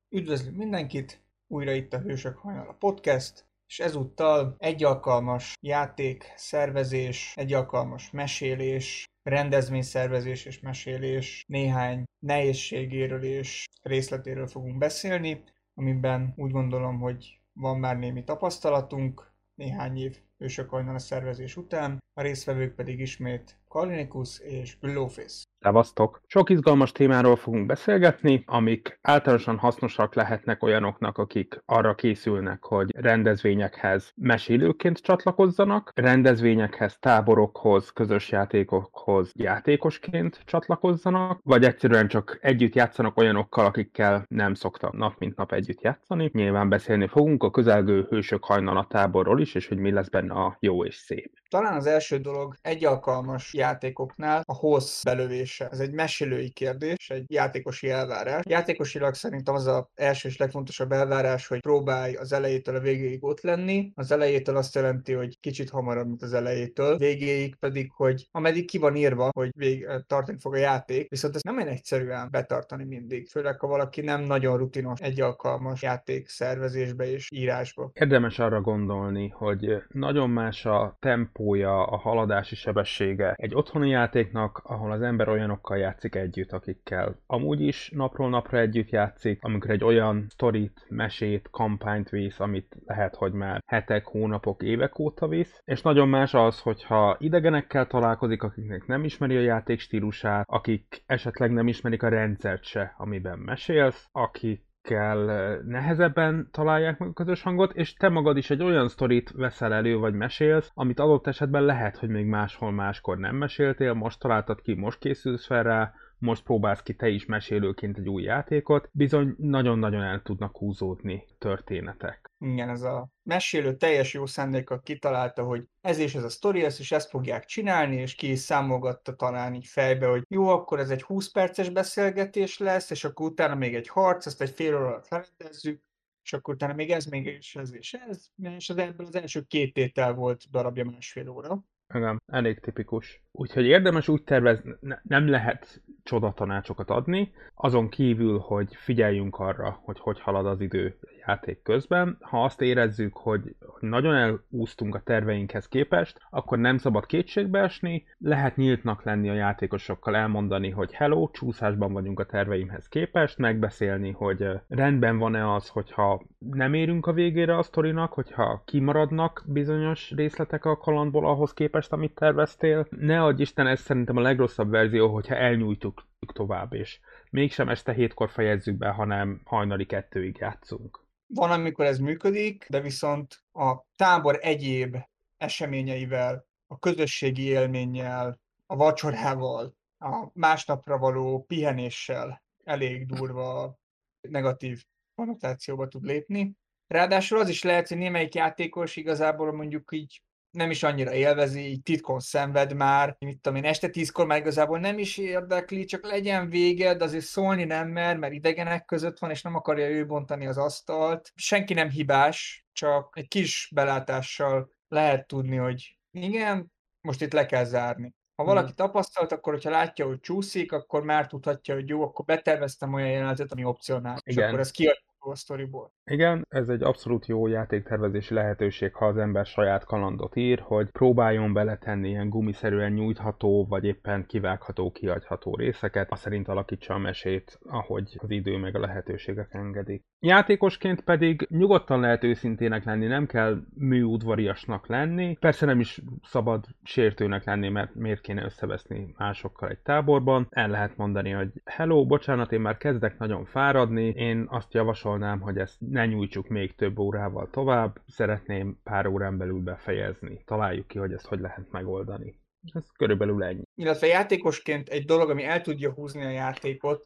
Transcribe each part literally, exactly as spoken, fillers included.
Üdvözlünk mindenkit! Újra itt a Hősök Hajnala Podcast, és ezúttal egy alkalmas játék, szervezés, egy alkalmas mesélés, rendezvényszervezés és mesélés, néhány nehézségéről és részletéről fogunk beszélni, amiben úgy gondolom, hogy van már némi tapasztalatunk, néhány év Hősök Hajnala szervezés után, a résztvevők pedig ismét Kalinikus és Glowface. Szevasztok! Sok izgalmas témáról fogunk beszélgetni, amik általánosan hasznosak lehetnek olyanoknak, akik arra készülnek, hogy rendezvényekhez mesélőként csatlakozzanak, rendezvényekhez, táborokhoz, közös játékokhoz játékosként csatlakozzanak, vagy egyszerűen csak együtt játszanak olyanokkal, akikkel nem szoktak nap mint nap együtt játszani. Nyilván beszélni fogunk a közelgő Hősök Hajnala táborról is, és hogy mi lesz benne a jó és szép. Talán az első dolog egy alkalmas játékoknál a hossz belövése. Ez egy mesélői kérdés, egy játékosi elvárás. Játékosilag szerintem az az első és legfontosabb elvárás, hogy próbálj az elejétől a végéig ott lenni. Az elejétől azt jelenti, hogy kicsit hamarabb, mint az elejétől. Végéig pedig, hogy ameddig ki van írva, hogy vég, tartani fog a játék, viszont ez nem olyan egyszerűen betartani mindig. Főleg, ha valaki nem nagyon rutinos egy alkalmas játék szervezésbe és írásba. Érdemes arra gondolni, hogy nagyon más a tempója, a haladási sebessége egy otthoni játéknak, ahol az ember olyanokkal játszik együtt, akikkel amúgy is napról napra együtt játszik, amikor egy olyan sztorit, mesét, kampányt visz, amit lehet, hogy már hetek, hónapok, évek óta visz, és nagyon más az, hogyha idegenekkel találkozik, akiknek nem ismeri a játék stílusát, akik esetleg nem ismerik a rendszert se, amiben mesélsz, akik kell nehezebben találják meg a közös hangot, és te magad is egy olyan sztorit veszel elő, vagy mesélsz, amit adott esetben lehet, hogy még máshol máskor nem meséltél, most találtad ki, most készülsz fel rá, most próbálsz ki te is mesélőként egy új játékot, bizony nagyon-nagyon el tudnak húzódni történetek. Igen, ez a mesélő teljes jó szándékkal kitalálta, hogy ez és ez a sztori lesz, és ezt fogják csinálni, és ki is számolgatta talán így fejbe, hogy jó, akkor ez egy húsz perces beszélgetés lesz, és akkor utána még egy harc, ezt egy fél óra alatt lerendezzük, és akkor utána még ez, még és ez és ez, és az ebből az első két tétel volt darabja másfél óra. Igen, elég tipikus. Úgyhogy érdemes úgy tervezni, ne, nem lehet csoda-tanácsokat adni, azon kívül, hogy figyeljünk arra, hogy hogy halad az idő játék közben. Ha azt érezzük, hogy nagyon elúsztunk a terveinkhez képest, akkor nem szabad kétségbe esni, lehet nyíltnak lenni a játékosokkal, elmondani, hogy hello, csúszásban vagyunk a terveimhez képest, megbeszélni, hogy rendben van-e az, hogyha nem érünk a végére a sztorinak, hogyha kimaradnak bizonyos részletek a kalandból ahhoz képest, amit terveztél. Ne adj Isten, ez szerintem a legrosszabb verzió, hogyha elnyújtjuk tovább, és mégsem este hétkor fejezzük be, hanem hajnali kettőig játszunk. Van, amikor ez működik, de viszont a tábor egyéb eseményeivel, a közösségi élménnyel, a vacsorával, a másnapra való pihenéssel elég durva negatív konnotációba tud lépni. Ráadásul az is lehet, hogy némelyik játékos igazából mondjuk így nem is annyira élvezi, így titkon szenved már, mit tudom én, este tízkor már igazából nem is érdekli, csak legyen vége, de azért szólni nem mer, mert idegenek között van, és nem akarja ő bontani az asztalt. Senki nem hibás, csak egy kis belátással lehet tudni, hogy igen, most itt le kell zárni. Ha valaki tapasztalt, akkor hogyha látja, hogy csúszik, akkor már tudhatja, hogy jó, akkor beterveztem olyan jelenetet, ami opcionális, és akkor ez kiadható a sztoriból. Igen, ez egy abszolút jó játéktervezési lehetőség, ha az ember saját kalandot ír, hogy próbáljon beletenni ilyen gumiszerűen nyújtható, vagy éppen kivágható, kihagyható részeket, azt szerint alakítsa a mesét, ahogy az idő meg a lehetőségek engedik. Játékosként pedig nyugodtan lehet őszintének lenni, nem kell műudvariasnak lenni, persze nem is szabad sértőnek lenni, mert miért kéne összeveszni másokkal egy táborban. El lehet mondani, hogy hello, bocsánat, én már kezdek nagyon fáradni, én azt javasolnám, hogy ezt ne nyújtsuk még több órával tovább, szeretném pár órán belül befejezni. Találjuk ki, hogy ezt hogy lehet megoldani. Ez körülbelül ennyi. Illetve játékosként egy dolog, ami el tudja húzni a játékot,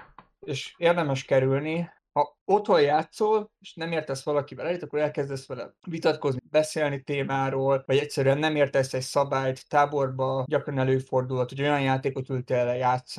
és érdemes kerülni, ha otthon játszol, és nem értesz valakivel együtt, akkor elkezdesz vele vitatkozni, beszélni témáról, vagy egyszerűen nem értesz egy szabályt, táborba gyakran előfordulhat, hogy olyan játékot ültél el játszani,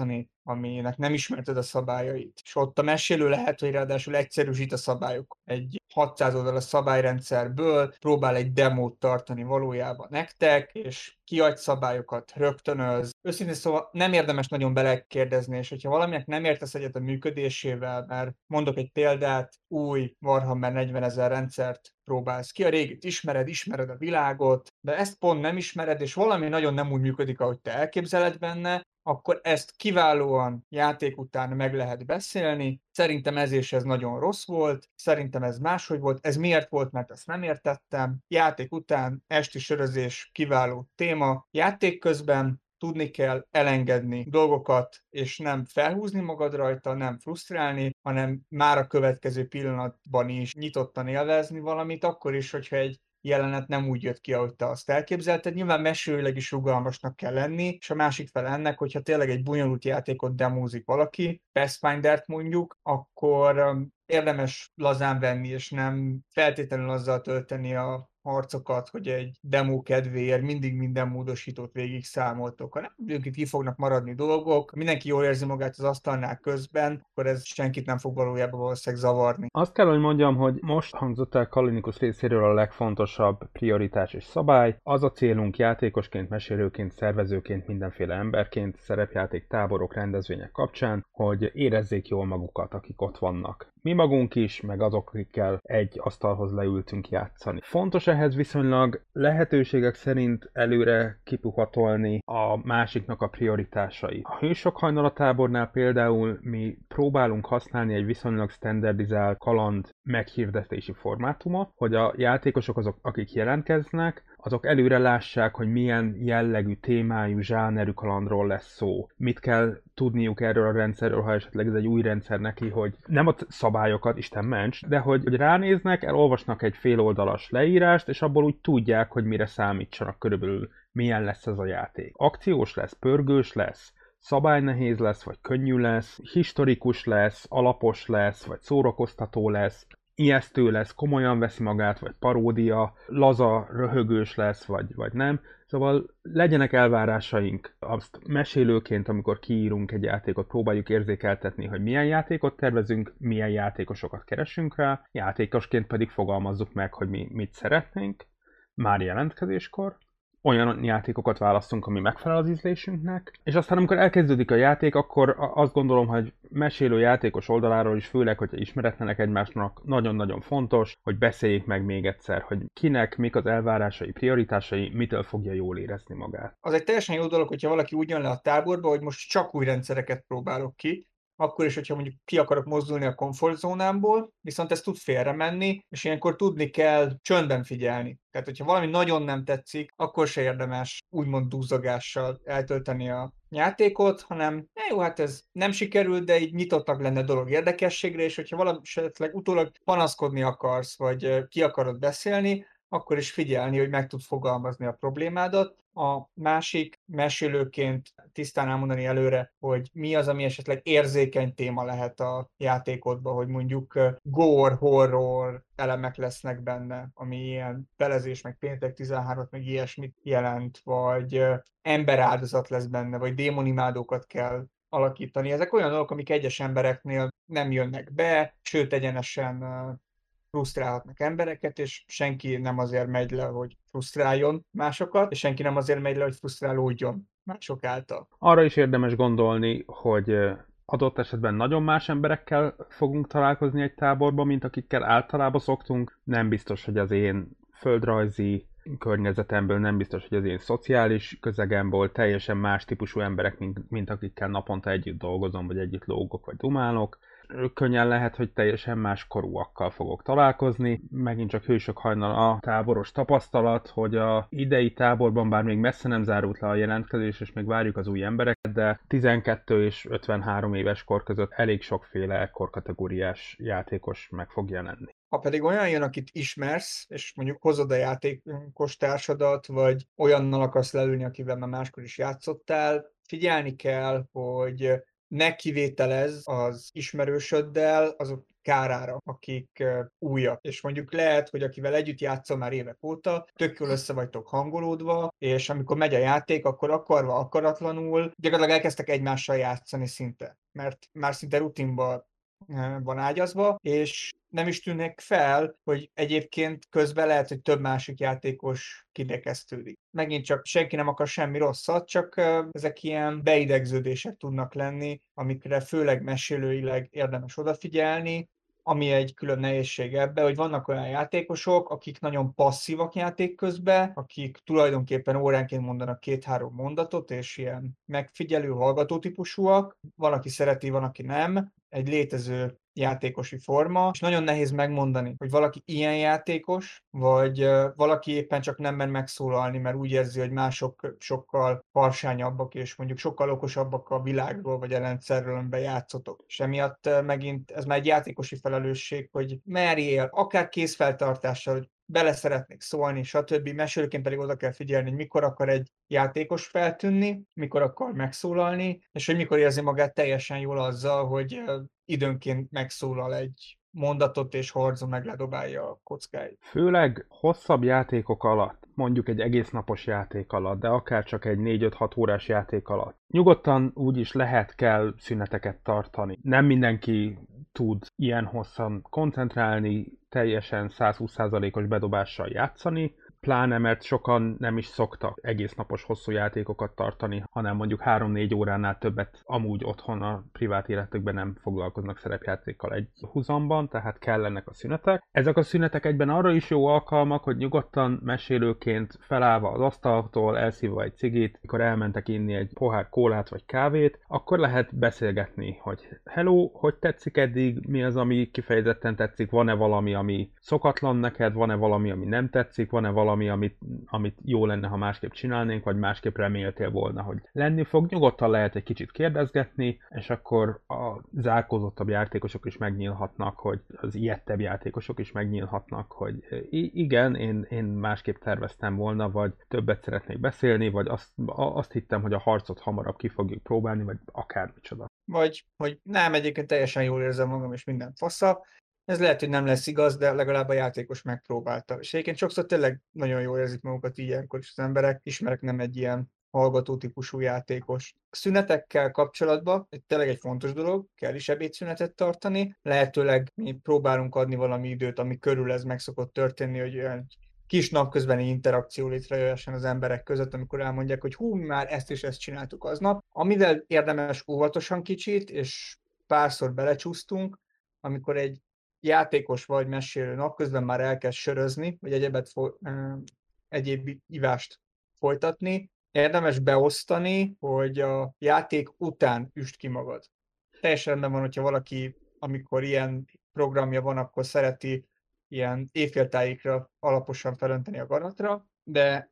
aminek nem ismerted a szabályait, és ott a mesélő lehet, hogy ráadásul egyszerűsít a szabályokon. Egy hatszáz oldalas szabályrendszerből próbál egy demót tartani valójában nektek, és kiadj szabályokat, rögtönöz. Őszintén szóval nem érdemes nagyon belekérdezni, és hogyha valaminek nem értesz egyet a működésével, mert mondok egy példát, új Warhammer negyvenezer rendszert próbálsz ki, a régit ismered, ismered a világot, de ezt pont nem ismered, és valami nagyon nem úgy működik, ahogy te elképzeled benne, akkor ezt kiválóan játék után meg lehet beszélni. Szerintem ez és ez nagyon rossz volt, szerintem ez máshogy volt, ez miért volt, mert ezt nem értettem. Játék után esti sörözés kiváló téma. Játék közben tudni kell elengedni dolgokat, és nem felhúzni magad rajta, nem frusztrálni, hanem már a következő pillanatban is nyitottan élvezni valamit, akkor is, hogyha egy jelenet nem úgy jött ki, ahogy te azt elképzelted. Nyilván mesélőleg is rugalmasnak kell lenni, és a másik fele ennek, hogyha tényleg egy bonyolult játékot demózik valaki, Pathfinder-t mondjuk, akkor um, érdemes lazán venni, és nem feltétlenül azzal tölteni a harcokat, hogy egy demo kedvéért mindig minden módosítót végig számoltok. Ha nem, itt ki fognak maradni dolgok, mindenki jól érzi magát az asztalnál közben, akkor ez senkit nem fog valójában valószínűleg zavarni. Azt kell, hogy mondjam, hogy most hangzott el Kalinikus részéről a legfontosabb prioritás és szabály. Az a célunk játékosként, mesélőként, szervezőként, mindenféle emberként, szerepjáték, táborok, rendezvények kapcsán, hogy érezzék jól magukat, akik ott vannak. Mi magunk is, meg azok, akikkel egy asztalhoz leültünk játszani. Fontos ehhez viszonylag lehetőségek szerint előre kipuhatolni a másiknak a prioritásai. A Hősök hajnala tábornál például mi próbálunk használni egy viszonylag standardizált kaland meghirdetési formátumot, hogy a játékosok azok, akik jelentkeznek, azok előre lássák, hogy milyen jellegű, témájú, zsánerű kalandról lesz szó. Mit kell tudniuk erről a rendszerről, ha esetleg ez egy új rendszer neki, hogy nem a szabályokat, Isten ments, de hogy, hogy ránéznek, elolvasnak egy féloldalas leírást, és abból úgy tudják, hogy mire számítsanak körülbelül, milyen lesz ez a játék. Akciós lesz, pörgős lesz, szabálynehéz lesz, vagy könnyű lesz, historikus lesz, alapos lesz, vagy szórakoztató lesz, ijesztő lesz, komolyan veszi magát, vagy paródia, laza, röhögős lesz, vagy, vagy nem. Szóval legyenek elvárásaink. Azt mesélőként, amikor kiírunk egy játékot, próbáljuk érzékeltetni, hogy milyen játékot tervezünk, milyen játékosokat keresünk rá, játékosként pedig fogalmazzuk meg, hogy mi mit szeretnénk, már jelentkezéskor. Olyan játékokat választunk, ami megfelel az ízlésünknek, és aztán amikor elkezdődik a játék, akkor azt gondolom, hogy mesélő játékos oldaláról is, főleg, hogyha ismeretlenek egymásnak, nagyon-nagyon fontos, hogy beszéljék meg még egyszer, hogy kinek, mik az elvárásai, prioritásai, mitől fogja jól érezni magát. Az egy teljesen jó dolog, hogyha valaki úgy jön le a táborba, hogy most csak új rendszereket próbálok ki, akkor is, hogyha mondjuk ki akarok mozdulni a komfortzónámból, viszont ez tud félre menni, és ilyenkor tudni kell csöndben figyelni. Tehát, hogyha valami nagyon nem tetszik, akkor se érdemes úgymond dúzogással eltölteni a játékot, hanem e, jó, hát ez nem sikerült, de így nyitottnak lenne dolog érdekességre, és hogyha valami esetleg utólag panaszkodni akarsz, vagy ki akarod beszélni, akkor is figyelni, hogy meg tud fogalmazni a problémádat. A másik mesélőként tisztán elmondani előre, hogy mi az, ami esetleg érzékeny téma lehet a játékodban, hogy mondjuk gore, horror elemek lesznek benne, ami ilyen belezés, meg péntek tizenhárom, meg ilyesmit jelent, vagy emberáldozat lesz benne, vagy démonimádókat kell alakítani. Ezek olyan dolgok, amik egyes embereknél nem jönnek be, sőt egyenesen frusztrálhatnak embereket, és senki nem azért megy le, hogy frusztráljon másokat, és senki nem azért megy le, hogy frusztrálódjon mások által. Arra is érdemes gondolni, hogy adott esetben nagyon más emberekkel fogunk találkozni egy táborban, mint akikkel általában szoktunk. Nem biztos, hogy az én földrajzi környezetemből, nem biztos, hogy az én szociális közegemből teljesen más típusú emberek, mint, mint akikkel naponta együtt dolgozom, vagy együtt lógok, vagy dumálok. Könnyen lehet, hogy teljesen más korúakkal fogok találkozni. Megint csak Hősök hajnala a táboros tapasztalat, hogy a idei táborban bár még messze nem zárult le a jelentkezés, és még várjuk az új embereket, de tizenkettő és ötvenhárom éves kor között elég sokféle korkategóriás játékos meg fog jelenni. Ha pedig olyan jön, akit ismersz, és mondjuk hozod a játékos társadat, vagy olyannal akarsz leülni, akivel már máskor is játszottál, figyelni kell, hogy ne kivételezz az ismerősöddel, azok kárára, akik újak. És mondjuk lehet, hogy akivel együtt játszol már évek óta, tök jól össze vagytok hangolódva, és amikor megy a játék, akkor akarva, akaratlanul gyakorlatilag elkezdtek egymással játszani szinte, mert már szinte rutinba van ágyazva, és nem is tűnnek fel, hogy egyébként közben lehet, hogy több másik játékos kirekesztődik. Megint csak senki nem akar semmi rosszat, csak ezek ilyen beidegződések tudnak lenni, amikre főleg mesélőileg érdemes odafigyelni, ami egy külön nehézség ebbe, hogy vannak olyan játékosok, akik nagyon passzívak játék közben, akik tulajdonképpen óránként mondanak két-három mondatot, és ilyen megfigyelő, hallgató típusúak. Van, aki szereti, van, aki nem. Egy létező játékosi forma, és nagyon nehéz megmondani, hogy valaki ilyen játékos, vagy uh, valaki éppen csak nem mer megszólalni, mert úgy érzi, hogy mások sokkal farsányabbak, és mondjuk sokkal okosabbak a világról, vagy a rendszerről, amiben játszotok. És emiatt uh, megint ez már egy játékosi felelősség, hogy merjél, akár kézfeltartással, hogy bele szeretnék szólni, stb. Mesélőként pedig oda kell figyelni, hogy mikor akar egy játékos feltűnni, mikor akar megszólalni, és hogy mikor érzi magát teljesen jól azzal, hogy uh, időnként megszólal egy mondatot, és Horizon meg ledobálja a kockáit. Főleg hosszabb játékok alatt, mondjuk egy egész napos játék alatt, de akár csak egy négy-öt-hat órás játék alatt. Nyugodtan úgyis lehet, kell szüneteket tartani. Nem mindenki tud ilyen hosszan koncentrálni, teljesen száz húsz százalékos bedobással játszani, pláne mert sokan nem is szoktak egész napos hosszú játékokat tartani, hanem mondjuk három-négy óránál többet amúgy otthon a privát életükben nem foglalkoznak szerepjátékkal egy huzamban, tehát kellenek a szünetek. Ezek a szünetek egyben arra is jó alkalmak, hogy nyugodtan mesélőként felállva az asztaltól, elszívva egy cigit, mikor elmentek inni egy pohár kólát vagy kávét, akkor lehet beszélgetni, hogy hello, hogy tetszik eddig, mi az, ami kifejezetten tetszik, van-e valami, ami szokatlan neked, van-e valami, ami nem tetszik, van-e valami, amit, amit jó lenne, ha másképp csinálnénk, vagy másképp reméltél volna, hogy lenni fog. Nyugodtan lehet egy kicsit kérdezgetni, és akkor a zárkózottabb játékosok is megnyílhatnak, hogy az ijedtebb játékosok is megnyílhatnak, hogy igen, én, én másképp terveztem volna, vagy többet szeretnék beszélni, vagy azt, azt hittem, hogy a harcot hamarabb ki fogjuk próbálni, vagy akármicsoda. Vagy, hogy nem, egyébként teljesen jól érzem magam, és minden fasza. Ez lehet, hogy nem lesz igaz, de legalább a játékos megpróbálta. És egyébként sokszor tényleg nagyon jól érzik magukat ilyenkor is az emberek. Ismerek nem egy ilyen hallgató típusú játékos. A szünetekkel kapcsolatban egy tényleg egy fontos dolog, kell is ebédszünetet tartani. Lehetőleg mi próbálunk adni valami időt, ami körül ez meg szokott történni, hogy olyan kis napközbeni interakció létrejöhessen az emberek között, amikor elmondják, hogy hú, mi már ezt és ezt csináltuk aznap. Amivel érdemes óvatosan kicsit, és párszor belecsúsztunk, amikor egy játékos vagy mesélő napközben már elkezd sörözni, vagy egyebet fo- egyéb ivást folytatni, érdemes beosztani, hogy a játék után üst ki magad. Teljesen rendben van, hogyha valaki, amikor ilyen programja van, akkor szereti ilyen éjféltájékra alaposan felönteni a garnatra, de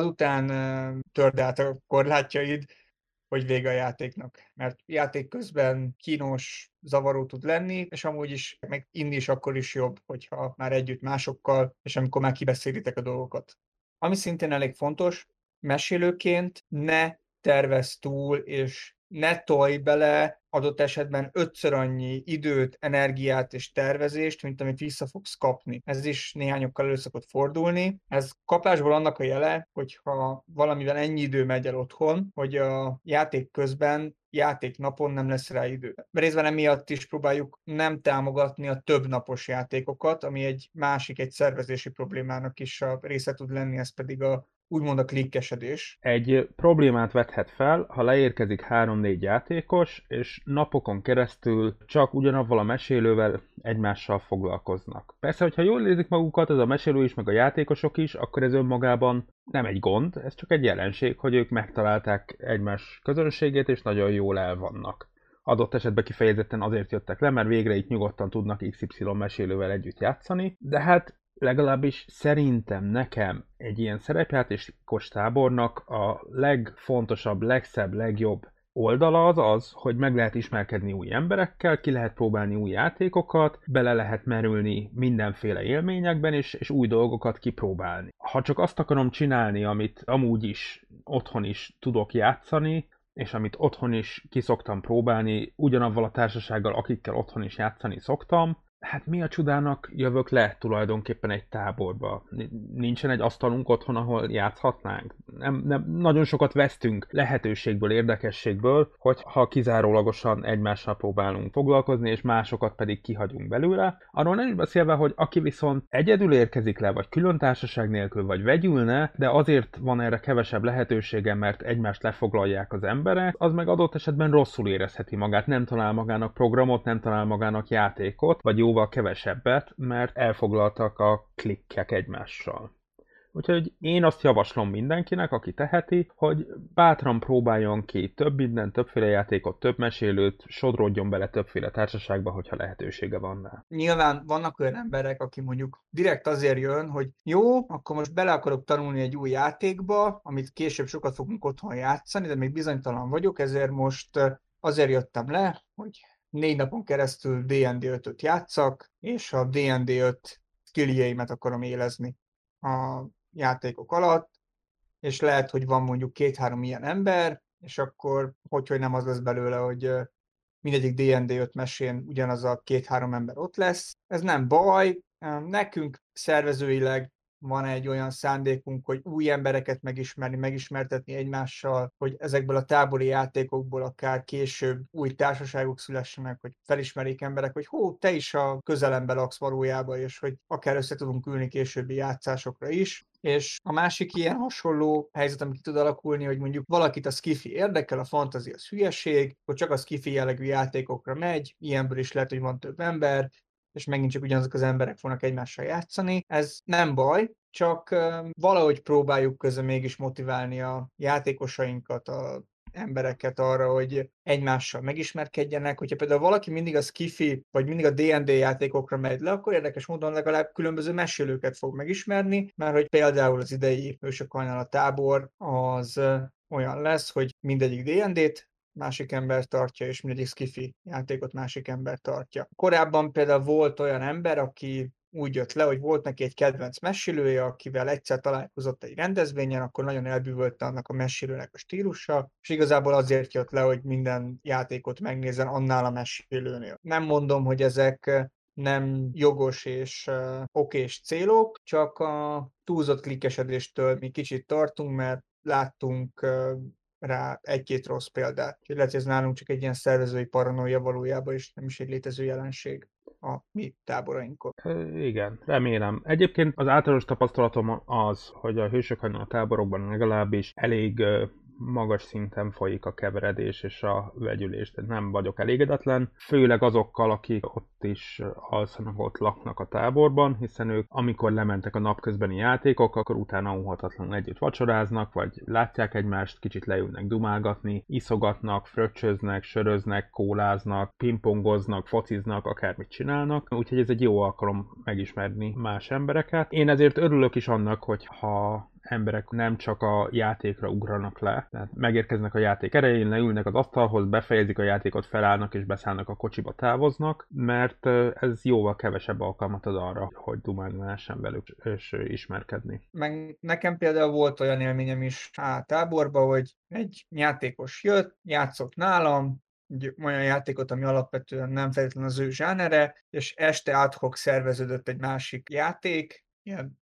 azután törd át a korlátjaid, hogy vége a játéknak. Mert játék közben kínos, zavaró tud lenni, és amúgy is, meg inni is akkor is jobb, hogyha már együtt másokkal, és amikor már kibeszélitek a dolgokat. Ami szintén elég fontos, mesélőként ne tervezz túl, és ne tolj bele adott esetben ötször annyi időt, energiát és tervezést, mint amit vissza fogsz kapni. Ez is néhányokkal elő szokott fordulni. Ez kapásból annak a jele, hogyha valamivel ennyi idő megy el otthon, hogy a játék közben játék napon nem lesz rá idő. Részben emiatt is próbáljuk nem támogatni a több napos játékokat, ami egy másik, egy szervezési problémának is a része tud lenni, ez pedig a úgymond a klikkesedés. Egy problémát vethet fel, ha leérkezik három-négy játékos, és napokon keresztül csak ugyanavval a mesélővel egymással foglalkoznak. Persze, hogyha jól érzik magukat, az a mesélő is, meg a játékosok is, akkor ez önmagában nem egy gond, ez csak egy jelenség, hogy ők megtalálták egymás közönségét, és nagyon jól el vannak. Adott esetben kifejezetten azért jöttek le, mert végre itt nyugodtan tudnak iksz ipszilon mesélővel együtt játszani, de hát legalábbis szerintem nekem egy ilyen szerepjátékos tábornak a legfontosabb, legszebb, legjobb oldala az az, hogy meg lehet ismerkedni új emberekkel, ki lehet próbálni új játékokat, bele lehet merülni mindenféle élményekben, és, és új dolgokat kipróbálni. Ha csak azt akarom csinálni, amit amúgy is otthon is tudok játszani, és amit otthon is ki szoktam próbálni, ugyanavval a társasággal, akikkel otthon is játszani szoktam, Hát mi a csodának jövök le tulajdonképpen egy táborba? Nincsen egy asztalunk otthon, ahol játszhatnánk? Nem, nem, nagyon sokat vesztünk lehetőségből, érdekességből, hogy ha kizárólagosan egymással próbálunk foglalkozni, és másokat pedig kihagyunk belőle. Arról nem is beszélve, hogy aki viszont egyedül érkezik le, vagy külön társaság nélkül, vagy vegyülne, de azért van erre kevesebb lehetősége, mert egymást lefoglalják az emberek, az meg adott esetben rosszul érezheti magát, nem talál magának programot, nem talál magának játékot, vagy jóval kevesebbet, mert elfoglaltak a klikkek egymással. Úgyhogy én azt javaslom mindenkinek, aki teheti, hogy bátran próbáljon ki több minden, többféle játékot, több mesélőt, sodródjon bele többféle társaságba, hogyha lehetősége van rá. Nyilván vannak olyan emberek, aki mondjuk direkt azért jön, hogy jó, akkor most bele akarok tanulni egy új játékba, amit később sokat fogunk otthon játszani, de még bizonytalan vagyok, ezért most azért jöttem le, hogy négy napon keresztül dé and dé ötöt játszak, és a dé and dé öt skilljeimet akarom élezni a játékok alatt, és lehet, hogy van mondjuk két-három ilyen ember, és akkor hogy, hogy nem az lesz belőle, hogy mindegyik dé and dé öt mesén ugyanaz a két-három ember ott lesz. Ez nem baj, nekünk szervezőileg van egy olyan szándékunk, hogy új embereket megismerni, megismertetni egymással, hogy ezekből a tábori játékokból akár később új társaságok szülessenek, hogy felismerjék emberek, hogy hó, te is a közelembe laksz valójában, és hogy akár össze tudunk ülni későbbi játszásokra is. És a másik ilyen hasonló helyzet, ami ki tud alakulni, hogy mondjuk valakit a skifi érdekel, a fantasy az hülyeség, akkor csak a skifi jellegű játékokra megy, ilyenből is lehet, hogy van több ember, és megint csak ugyanazok az emberek fognak egymással játszani. Ez nem baj, csak uh, valahogy próbáljuk közben mégis motiválni a játékosainkat, a embereket arra, hogy egymással megismerkedjenek. Hogyha például valaki mindig a skifi, vagy mindig a dé and dé játékokra megy le, akkor érdekes módon legalább különböző mesélőket fog megismerni, mert hogy például az idei Hősök Hajnala tábor az olyan lesz, hogy mindegyik dé and dét másik ember tartja, és mindegyik skifi játékot másik ember tartja. Korábban például volt olyan ember, aki úgy jött le, hogy volt neki egy kedvenc mesélője, akivel egyszer találkozott egy rendezvényen, akkor nagyon elbűvölte annak a mesélőnek a stílusa, és igazából azért jött le, hogy minden játékot megnézzen annál a mesélőnél. Nem mondom, hogy ezek nem jogos és uh, okés célok, csak a túlzott klikkesedéstől mi kicsit tartunk, mert láttunk uh, rá egy-két rossz példát. Úgyhogy lehet, hogy ez nálunk csak egy ilyen szervezői paranoia valójában, és nem is egy létező jelenség a mi táborainkon. Igen, remélem. Egyébként az általános tapasztalatom az, hogy a Hősök Hajnala táborokban legalábbis elég magas szinten folyik a keveredés és a vegyülés, de nem vagyok elégedetlen, főleg azokkal, akik ott is alszanak, ott laknak a táborban, hiszen ők, amikor lementek a napközbeni játékok, akkor utána óhatatlanul együtt vacsoráznak, vagy látják egymást, kicsit leülnek dumálgatni, iszogatnak, fröccsöznek, söröznek, kóláznak, pingpongoznak, fociznak, akármit csinálnak, úgyhogy ez egy jó alkalom megismerni más embereket. Én ezért örülök is annak, hogy ha emberek nem csak a játékra ugranak le, tehát megérkeznek a játék erején, leülnek az asztalhoz, befejezik a játékot, felállnak és beszállnak a kocsiba, távoznak, mert ez jóval kevesebb alkalmat ad arra, hogy dumálni lehessen velük és ismerkedni. Meg nekem például volt olyan élményem is a táborban, hogy egy játékos jött, játszott nálam, egy olyan játékot, ami alapvetően nem feltétlenül az ő zsánere, és este ad hoc szerveződött egy másik játék, ilyen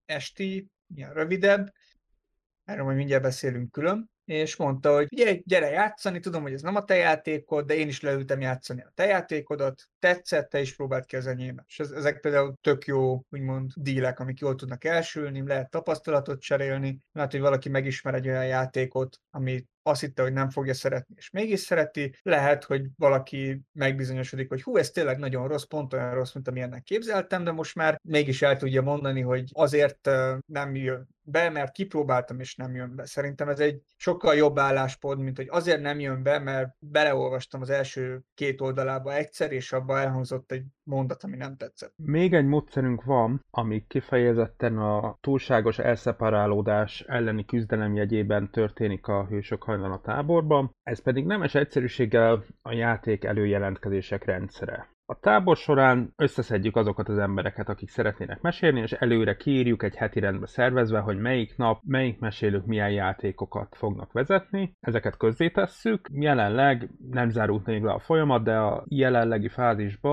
esti, ilyen rövidebb, erről majd mindjárt beszélünk külön, és mondta, hogy figyelj, gyere játszani, tudom, hogy ez nem a te játékod, de én is leültem játszani a te játékodat, tetszett, te is próbáld ki az enyémet. És ez, ezek például tök jó, úgymond dílek, amik jól tudnak elsülni, lehet tapasztalatot cserélni, lehet, hogy valaki megismer egy olyan játékot, amit azt hitte, hogy nem fogja szeretni, és mégis szereti. Lehet, hogy valaki megbizonyosodik, hogy hú, ez tényleg nagyon rossz, pont olyan rossz, mint amilyennek képzeltem, de most már mégis el tudja mondani, hogy azért nem jön be, mert kipróbáltam, és nem jön be. Szerintem ez egy sokkal jobb álláspont, mint hogy azért nem jön be, mert beleolvastam az első két oldalába egyszer, és abba elhangzott egy mondat, ami nem tetszett. Még egy módszerünk van, ami kifejezetten a túlságos elszeparálódás elleni küzdelem jegyében történik a Hősök Hajnala táborban, ez pedig nemes egyszerűséggel a játék előjelentkezések rendszere. A tábor során összeszedjük azokat az embereket, akik szeretnének mesélni, és előre kiírjuk egy heti rendbe szervezve, hogy melyik nap, melyik mesélők milyen játékokat fognak vezetni. Ezeket közzétesszük. Jelenleg nem zárult még le a folyamat, de a jelenlegi fázisban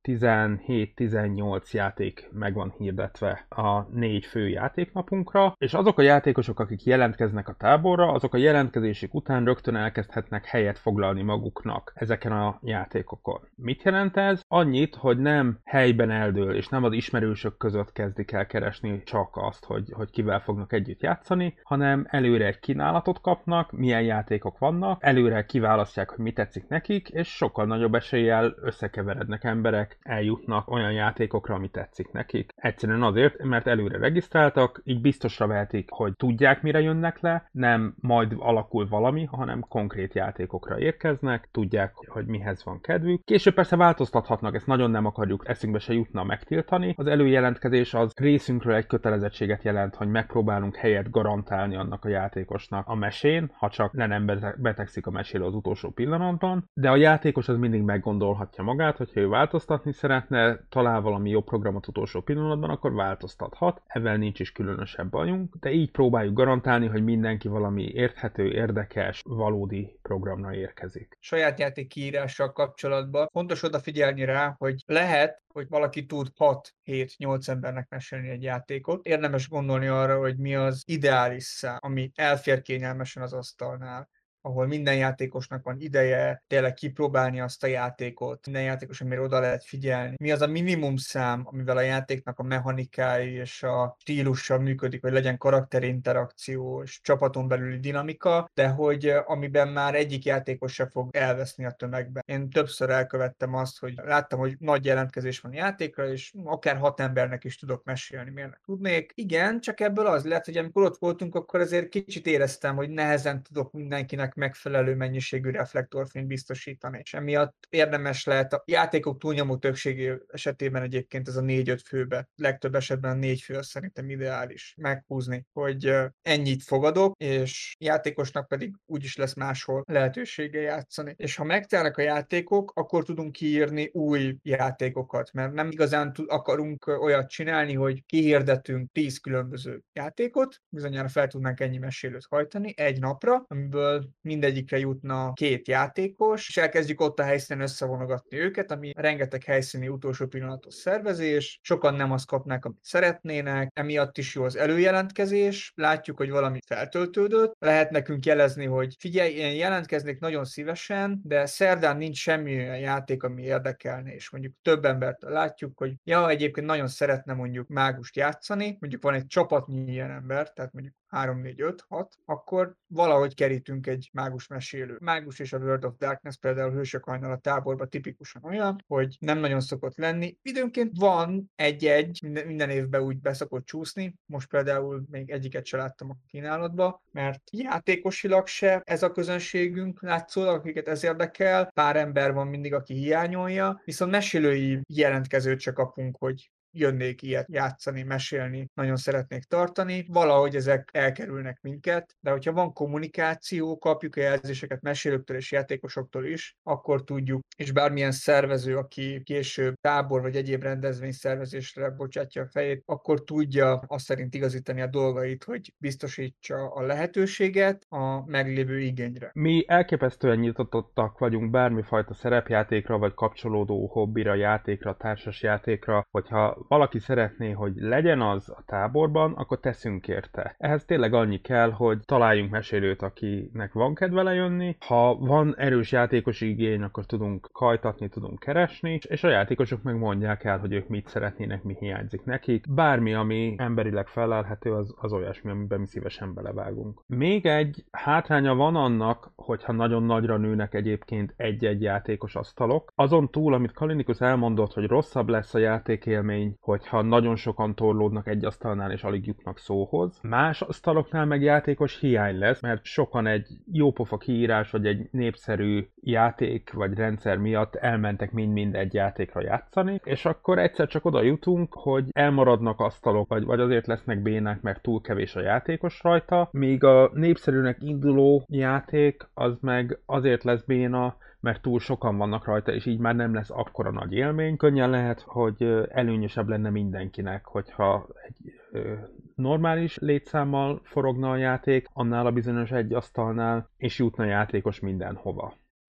tizenhét-tizennyolc játék meg van hirdetve a négy fő játéknapunkra, és azok a játékosok, akik jelentkeznek a táborra, azok a jelentkezésük után rögtön elkezdhetnek helyet foglalni maguknak ezeken a játékokon. Mit jelent ez? Annyit, hogy nem helyben eldől, és nem az ismerősök között kezdik el keresni csak azt, hogy, hogy kivel fognak együtt játszani, hanem előre egy kínálatot kapnak, milyen játékok vannak, előre kiválasztják, hogy mi tetszik nekik, és sokkal nagyobb eséllyel összekeverednek emberek, eljutnak olyan játékokra, ami tetszik nekik. Egyszerűen azért, mert előre regisztráltak, így biztosra vehetik, hogy tudják, mire jönnek le, nem majd alakul valami, hanem konkrét játékokra érkeznek, tudják, hogy mihez van kedvük. Később persze változtathatnak, ezt nagyon nem akarjuk, eszünkbe se jutna megtiltani. Az előjelentkezés az részünkről egy kötelezettséget jelent, hogy megpróbálunk helyet garantálni annak a játékosnak a mesén, ha csak le nem betegszik a mesélő az utolsó pillanatban, de a játékos az mindig meggondolhatja magát, hogyha ő változtatni szeretne, talál valami jobb programot utolsó pillanatban, akkor változtathat. Ezzel nincs is különösebb bajunk, de így próbáljuk garantálni, hogy mindenki valami érthető, érdekes, valódi programra érkezik. Saját játék kiírással kapcsolatban fontos odafigyelni rá, hogy lehet, hogy valaki tud hat-hét-nyolc embernek mesélni egy játékot. Érdemes gondolni arra, hogy mi az ideális szám, ami elfér kényelmesen az asztalnál, ahol minden játékosnak van ideje tényleg kipróbálni azt a játékot, minden játékos, amire oda lehet figyelni. Mi az a minimum szám, amivel a játéknak a mechanikái és a stílussal működik, hogy legyen karakterinterakció és csapaton belüli dinamika, de hogy amiben már egyik játékos se fog elveszni a tömegben. Én többször elkövettem azt, hogy láttam, hogy nagy jelentkezés van játékra, és akár hat embernek is tudok mesélni, miért ne tudnék. Igen, csak ebből az lett, hogy amikor ott voltunk, akkor azért kicsit éreztem, hogy nehezen tudok mindenkinek megfelelő mennyiségű reflektorfényt biztosítani. És emiatt érdemes lehet a játékok túlnyomó többségé esetében egyébként ez a négy-öt főbe, legtöbb esetben a négy fő szerintem ideális meghúzni, hogy ennyit fogadok, és játékosnak pedig úgyis lesz máshol lehetősége játszani. És ha megtelnek a játékok, akkor tudunk kiírni új játékokat, mert nem igazán akarunk olyat csinálni, hogy kihirdetünk tíz különböző játékot, bizonyára fel tudnánk ennyi mesélőt hajtani egy napra, amiből mindegyikre jutna két játékos, és elkezdjük ott a helyszínen összevonogatni őket, ami rengeteg helyszíni utolsó pillanatos szervezés, sokan nem azt kapnák, amit szeretnének, emiatt is jó az előjelentkezés, látjuk, hogy valami feltöltődött, lehet nekünk jelezni, hogy figyelj, én jelentkeznék nagyon szívesen, de szerdán nincs semmi olyan játék, ami érdekelne, és mondjuk több embert látjuk, hogy ja, egyébként nagyon szeretne mondjuk mágust játszani, mondjuk van egy csapatnyi ilyen ember, tehát mondjuk három, négy, öt, hat, akkor valahogy kerítünk egy mágus mesélő. Mágus és a World of Darkness például Hősök hajnala táborban tipikusan olyan, hogy nem nagyon szokott lenni. Időnként van egy-egy, minden, minden évben úgy beszokott csúszni, most például még egyiket se láttam a kínálatba, mert játékosilag se ez a közönségünk látszólag, akiket ez érdekel, pár ember van mindig, aki hiányolja, viszont mesélői jelentkezőt se kapunk, hogy jönnék ilyet játszani, mesélni, nagyon szeretnék tartani. Valahogy ezek elkerülnek minket, de hogyha van kommunikáció, kapjuk a jelzéseket mesélőktől és játékosoktól is, akkor tudjuk, és bármilyen szervező, aki később tábor vagy egyéb rendezvény szervezésre bocsátja a fejét, akkor tudja azt szerint igazítani a dolgait, hogy biztosítsa a lehetőséget a meglévő igényre. Mi elképesztően nyitottak vagyunk bármifajta szerepjátékra, vagy kapcsolódó hobbira, játékra, társas játékra, hogyha valaki szeretné, hogy legyen az a táborban, akkor teszünk érte. Ehhez tényleg annyi kell, hogy találjunk mesélőt, akinek van kedve lejönni. Ha van erős játékosi igény, akkor tudunk kajtatni, tudunk keresni, és a játékosok meg mondják el, hogy ők mit szeretnének, mi hiányzik nekik. Bármi, ami emberileg felelhető, az, az olyasmi, amiben mi szívesen belevágunk. Még egy hátránya van annak, hogyha nagyon nagyra nőnek egyébként egy-egy játékos asztalok. Azon túl, amit Kalinikus elmondott, hogy rosszabb lesz a játékélmény, hogyha nagyon sokan torlódnak egy asztalnál és alig jutnak szóhoz. Más asztaloknál meg játékos hiány lesz, mert sokan egy jópofa kiírás vagy egy népszerű játék vagy rendszer miatt elmentek mind-mind egy játékra játszani, és akkor egyszer csak oda jutunk, hogy elmaradnak asztalok, vagy, vagy azért lesznek bénák, mert túl kevés a játékos rajta, míg a népszerűnek induló játék az meg azért lesz béna, mert túl sokan vannak rajta, és így már nem lesz akkora nagy élmény. Könnyen lehet, hogy előnyösebb lenne mindenkinek, hogyha egy normális létszámmal forogna a játék, annál a bizonyos egy asztalnál, és jutna játékos mindenhova.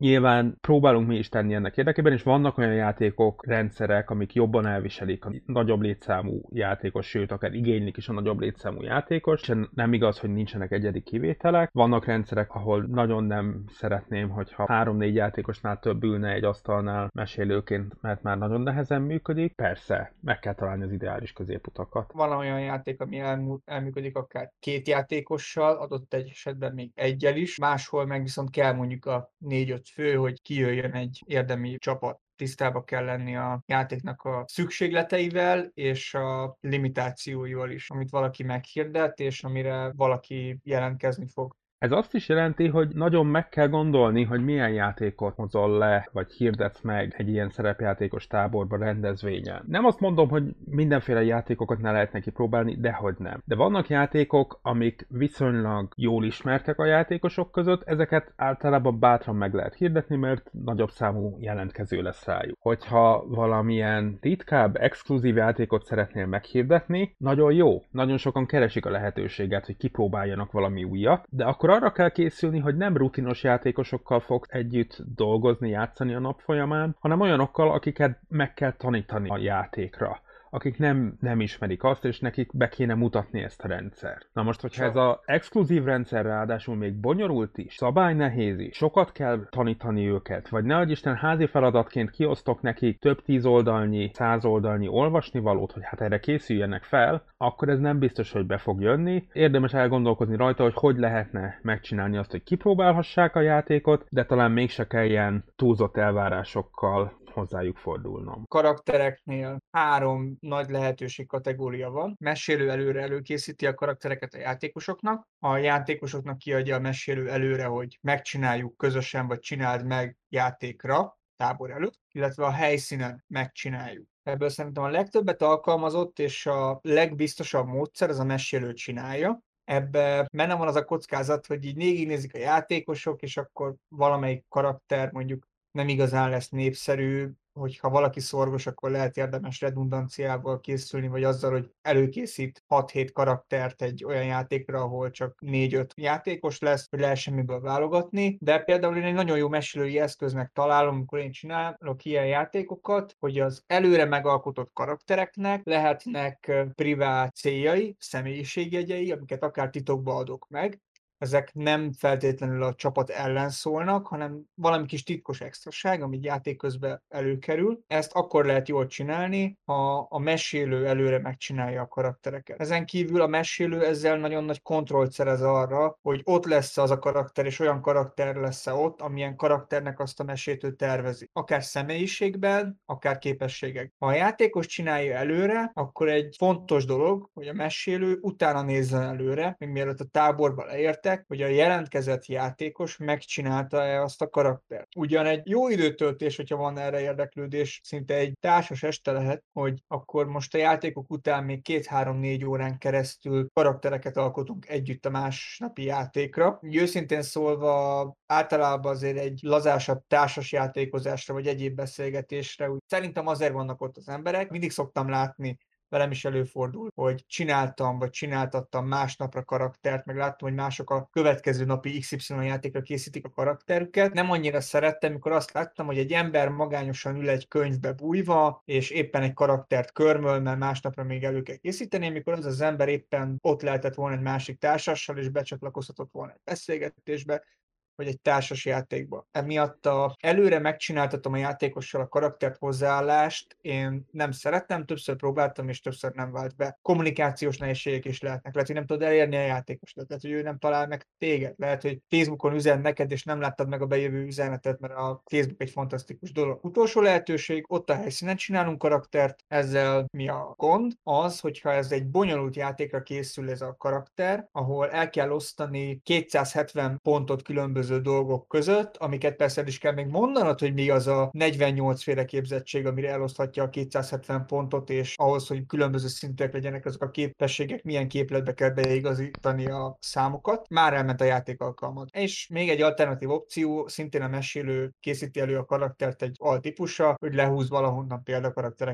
Nyilván próbálunk mi is tenni ennek érdekében, és vannak olyan játékok, rendszerek, amik jobban elviselik a nagyobb létszámú játékos, sőt, akár igénylik is a nagyobb létszámú játékos, és nem igaz, hogy nincsenek egyedi kivételek. Vannak rendszerek, ahol nagyon nem szeretném, hogyha három-négy játékosnál több ülne egy asztalnál mesélőként, mert már nagyon nehezen működik. Persze, meg kell találni az ideális középutakat. Van olyan játék, ami elmú- elműködik akár két játékossal, adott egy esetben még egyel is, máshol meg viszont kell mondjuk a négy-öt fő, hogy kijöjjön egy érdemi csapat. Tisztába kell lenni a játéknak a szükségleteivel és a limitációival is, amit valaki meghirdet, és amire valaki jelentkezni fog. Ez azt is jelenti, hogy nagyon meg kell gondolni, hogy milyen játékot hozol le, vagy hirdetsz meg egy ilyen szerepjátékos táborban, rendezvényen. Nem azt mondom, hogy mindenféle játékokat ne lehet neki próbálni, dehogy nem. De vannak játékok, amik viszonylag jól ismertek a játékosok között, ezeket általában bátran meg lehet hirdetni, mert nagyobb számú jelentkező lesz rájuk. Hogyha valamilyen ritkább, exkluzív játékot szeretnél meghirdetni, nagyon jó. Nagyon sokan keresik a lehetőséget, hogy kipróbáljanak valami újat, de akkor arra kell készülni, hogy nem rutinos játékosokkal fog együtt dolgozni, játszani a nap folyamán, hanem olyanokkal, akiket meg kell tanítani a játékra, akik nem, nem ismerik azt, és nekik be kéne mutatni ezt a rendszert. Na most, hogyha ez az exkluzív rendszer ráadásul még bonyolult is, szabálynehéz is, sokat kell tanítani őket, vagy ne adj Isten házi feladatként kiosztok nekik több tíz oldalnyi, száz oldalnyi olvasnivalót, hogy hát erre készüljenek fel, akkor ez nem biztos, hogy be fog jönni. Érdemes elgondolkozni rajta, hogy hogy lehetne megcsinálni azt, hogy kipróbálhassák a játékot, de talán mégse kelljen túlzott elvárásokkal hozzájuk fordulnom. Karaktereknél három nagy lehetőség kategória van. Mesélő előre előkészíti a karaktereket a játékosoknak. A játékosoknak kiadja a mesélő előre, hogy megcsináljuk közösen, vagy csináld meg játékra, tábor előtt, illetve a helyszínen megcsináljuk. Ebből szerintem a legtöbbet alkalmazott és a legbiztosabb módszer az a mesélő csinálja. Ebbe benne van az a kockázat, hogy így végignézik a játékosok, és akkor valamelyik karakter mondjuk nem igazán lesz népszerű, hogyha valaki szorgos, akkor lehet érdemes redundanciával készülni, vagy azzal, hogy előkészít hat-hét karaktert egy olyan játékra, ahol csak négy-öt játékos lesz, hogy lehessen miből válogatni. De például én egy nagyon jó mesélői eszköznek találom, amikor én csinálok ilyen játékokat, hogy az előre megalkotott karaktereknek lehetnek privát céljai, személyiségjegyei, amiket akár titokba adok meg. Ezek nem feltétlenül a csapat ellen szólnak, hanem valami kis titkos extraság, ami játék közben előkerül. Ezt akkor lehet jól csinálni, ha a mesélő előre megcsinálja a karaktereket. Ezen kívül a mesélő ezzel nagyon nagy kontrollt szerez arra, hogy ott lesz az a karakter, és olyan karakter lesz ott, amilyen karakternek azt a mesét ő tervezi. Akár személyiségben, akár képességek. Ha a játékos csinálja előre, akkor egy fontos dolog, hogy a mesélő utána nézzen előre, még mielőtt a táborba leértek, hogy a jelentkezett játékos megcsinálta-e azt a karaktert. Ugyan egy jó időtöltés, hogyha van erre érdeklődés, szinte egy társas este lehet, hogy akkor most a játékok után még két-három-négy órán keresztül karaktereket alkotunk együtt a másnapi játékra. Úgy őszintén szólva általában azért egy lazásabb társas játékozásra vagy egyéb beszélgetésre, úgy szerintem azért vannak ott az emberek. Mindig szoktam látni, velem is előfordul, hogy csináltam, vagy csináltattam másnapra karaktert, meg láttam, hogy mások a következő napi iksz ipszilon játékra készítik a karakterüket. Nem annyira szerettem, mikor azt láttam, hogy egy ember magányosan ül egy könyvbe bújva, és éppen egy karaktert körmöl, mert másnapra még elő kell készíteni, mikor az az ember éppen ott lehetett volna egy másik társassal, és becsatlakozhatott volna egy beszélgetésbe, vagy egy társas játékba. Emiatt a előre megcsináltatom a játékossal a karaktert hozzáállást, én nem szerettem, többször próbáltam, és többször nem vált be. Kommunikációs nehézségek is lehetnek. Lehet, hogy nem tudod elérni a játékost, lehet, hogy ő nem talál meg téged. Lehet, hogy Facebookon üzen neked, és nem láttad meg a bejövő üzenetet, mert a Facebook egy fantasztikus dolog. Utolsó lehetőség, ott a helyszínen csinálunk karaktert, ezzel mi a gond? Az, hogyha ez egy bonyolult játékra készül ez a karakter, ahol el kell osztani kétszázhetven pontot különböző dolgok között, amiket persze is kell még mondanod, hogy mi az a negyvennyolc féle képzettség, amire eloszthatja a kétszázhetven pontot, és ahhoz, hogy különböző szintek legyenek azok a képességek, milyen képletbe kell beigazítani a számokat, már elment a játékalkalmad. És még egy alternatív opció, szintén a mesélő készíti elő a karaktert egy altípusa, hogy lehúz valahonnan példakaraktereket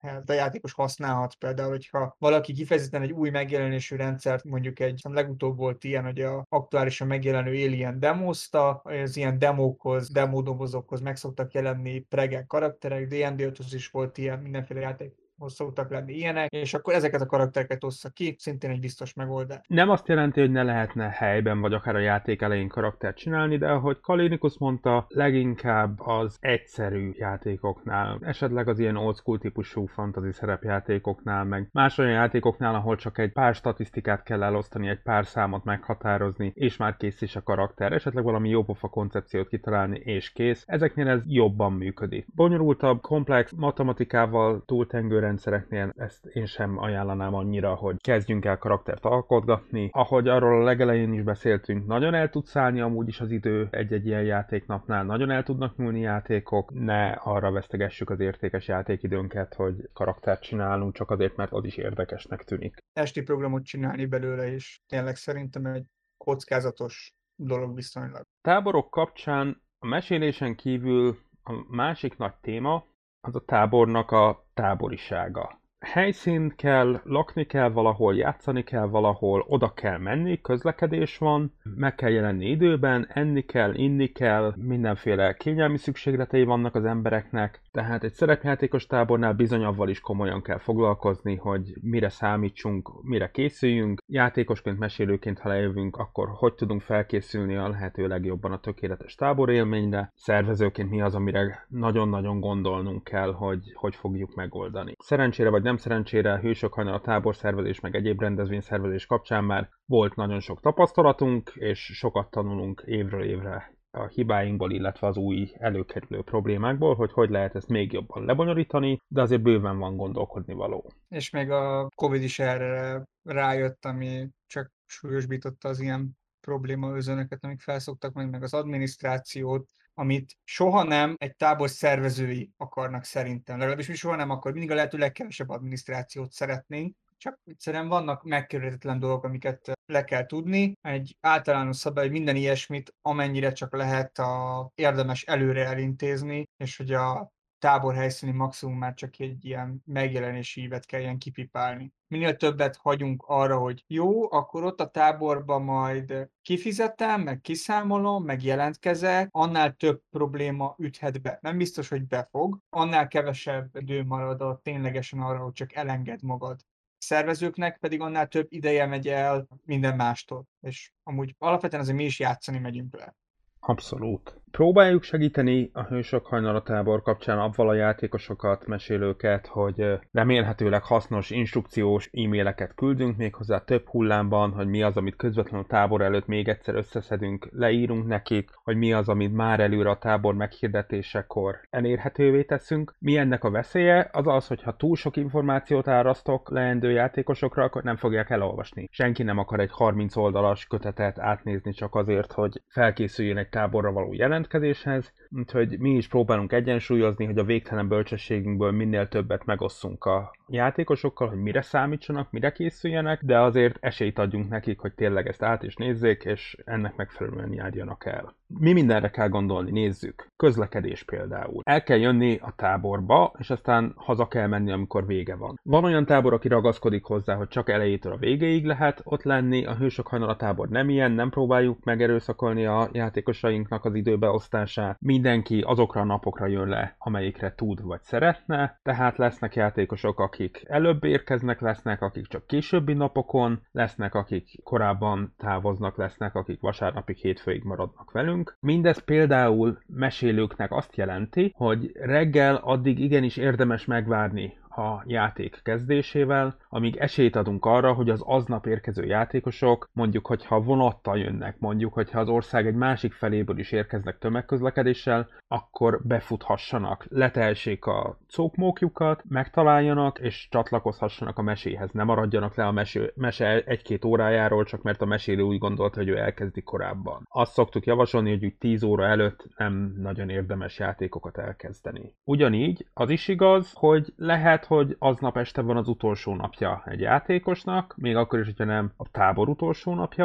a játékos használhat. Például, hogyha valaki kifejezetten egy új megjelenésű rendszert, mondjuk egy, legutóbb volt ilyen, hogy a aktuálisan megjelenő Alien demozta, az ilyen demókhoz, demódobozokhoz meg szoktak jelenni pregen karakterek, dé and dé öthöz is volt ilyen, mindenféle játék szoktak lenni ilyenek, és akkor ezeket a karaktereket ossza ki, szintén egy biztos megoldás. Nem azt jelenti, hogy ne lehetne helyben, vagy akár a játék elején karaktert csinálni, de ahogy Kalinikus mondta, leginkább az egyszerű játékoknál, esetleg az ilyen old school típusú fantasy szerepjátékoknál, meg más olyan játékoknál, ahol csak egy pár statisztikát kell elosztani, egy pár számot meghatározni, és már kész is a karakter, esetleg valami jópofa koncepciót kitalálni, és kész. Ezeknél ez jobban működik. Bonyolultabb, komplex matematikával túltengő rendszereknél ezt én sem ajánlanám annyira, hogy kezdjünk el karaktert alkotgatni. Ahogy arról a legelején is beszéltünk, nagyon el tud szállni amúgy is az idő egy-egy ilyen játéknapnál, nagyon el tudnak nyúlni játékok, ne arra vesztegessük az értékes játékidőnket, hogy karaktert csinálunk, csak azért, mert az is érdekesnek tűnik. Esti programot csinálni belőle is tényleg szerintem egy kockázatos dolog viszonylag. Táborok kapcsán a mesélésen kívül a másik nagy téma az a tábornak a táborisága. Helyszín kell, lakni kell valahol, játszani kell valahol, oda kell menni, közlekedés van, meg kell jelenni időben, enni kell, inni kell, mindenféle kényelmi szükségletei vannak az embereknek, tehát egy szerepjátékos tábornál bizony avval is komolyan kell foglalkozni, hogy mire számítsunk, mire készüljünk, játékosként, mesélőként, ha lejövünk, akkor hogy tudunk felkészülni a lehető legjobban a tökéletes táborélményre, szervezőként mi az, amire nagyon-nagyon gondolnunk kell, hogy hogy fogjuk megoldani. Szerencsére vagy nem szerencsére Hősök Hajnala táborszervezés meg egyéb rendezvényszervezés kapcsán már volt nagyon sok tapasztalatunk, és sokat tanulunk évről évre a hibáinkból, illetve az új előkerülő problémákból, hogy hogy lehet ezt még jobban lebonyolítani, de azért bőven van gondolkodni való. És még a Covid is erre rájött, ami csak súlyosbította az ilyen probléma özönöket, amik felszoktak meg, meg az adminisztrációt, amit soha nem egy tábor szervezői akarnak szerintem. Legalábbis mi soha nem akar, mindig a lehető legkevesebb adminisztrációt szeretnénk, csak egyszerűen vannak megkerülhetetlen dolgok, amiket le kell tudni. Egy általános szabály, hogy minden ilyesmit, amennyire csak lehet, a érdemes előre elintézni, és hogy a tábor helyszíni maximum már csak egy ilyen megjelenési ívet kelljen kipipálni. Minél többet hagyunk arra, hogy jó, akkor ott a táborban majd kifizetem, meg kiszámolom, meg jelentkezek, annál több probléma üthet be. Nem biztos, hogy befog, annál kevesebb idő marad a ténylegesen arra, hogy csak elenged magad. Szervezőknek pedig annál több ideje megy el minden mástól. És amúgy alapvetően azért mi is játszani megyünk le. Abszolút. Próbáljuk segíteni a Hősök Hajnala tábor kapcsán avval a játékosokat, mesélőket, hogy remélhetőleg hasznos instrukciós e-maileket küldünk méghozzá több hullámban, hogy mi az, amit közvetlenül a tábor előtt még egyszer összeszedünk, leírunk nekik, hogy mi az, amit már előre a tábor meghirdetésekor elérhetővé teszünk. Mi ennek a veszélye? Az az, hogy ha túl sok információt árasztok leendő játékosokra, akkor nem fogják elolvasni. Senki nem akar egy harminc oldalas kötetet átnézni csak azért, hogy felkészüljön egy táborra való jelentkezéshez, úgyhogy mi is próbálunk egyensúlyozni, hogy a végtelen bölcsességünkből minél többet megosszunk a játékosokkal, hogy mire számítsanak, mire készüljenek, de azért esélyt adjunk nekik, hogy tényleg ezt át is nézzék, és ennek megfelelően járjanak el. Mi mindenre kell gondolni, nézzük. Közlekedés például. El kell jönni a táborba, és aztán haza kell menni, amikor vége van. Van olyan tábor, aki ragaszkodik hozzá, hogy csak elejétől a végéig lehet ott lenni, a Hősök Hajnala tábor nem ilyen, nem próbáljuk megerőszakolni a játékosainknak az időbeosztását. Mindenki azokra a napokra jön le, amelyikre tud vagy szeretne, tehát lesznek játékosok, akik előbb érkeznek, lesznek, akik csak későbbi napokon, lesznek, akik korábban távoznak, lesznek, akik vasárnapig, hétfőig maradnak velünk. Mindez például mesélőknek azt jelenti, hogy reggel addig igenis érdemes megvárni a játék kezdésével, amíg esélyt adunk arra, hogy az aznap érkező játékosok, mondjuk, hogyha vonattal jönnek, mondjuk, hogyha az ország egy másik feléből is érkeznek tömegközlekedéssel, akkor befuthassanak, letehessék a cókmókjukat, megtaláljanak, és csatlakozhassanak a meséhez. Ne maradjanak le a mesé, mese egy-két órájáról, csak mert a mesélő úgy gondolta, hogy ő elkezdi korábban. Azt szoktuk javasolni, hogy úgy tíz óra előtt nem nagyon érdemes játékokat elkezdeni. Ugyanígy az is igaz, hogy lehet, hogy aznap este van az utolsó napja egy játékosnak, még akkor is, hogyha nem a tábor utolsó napja van,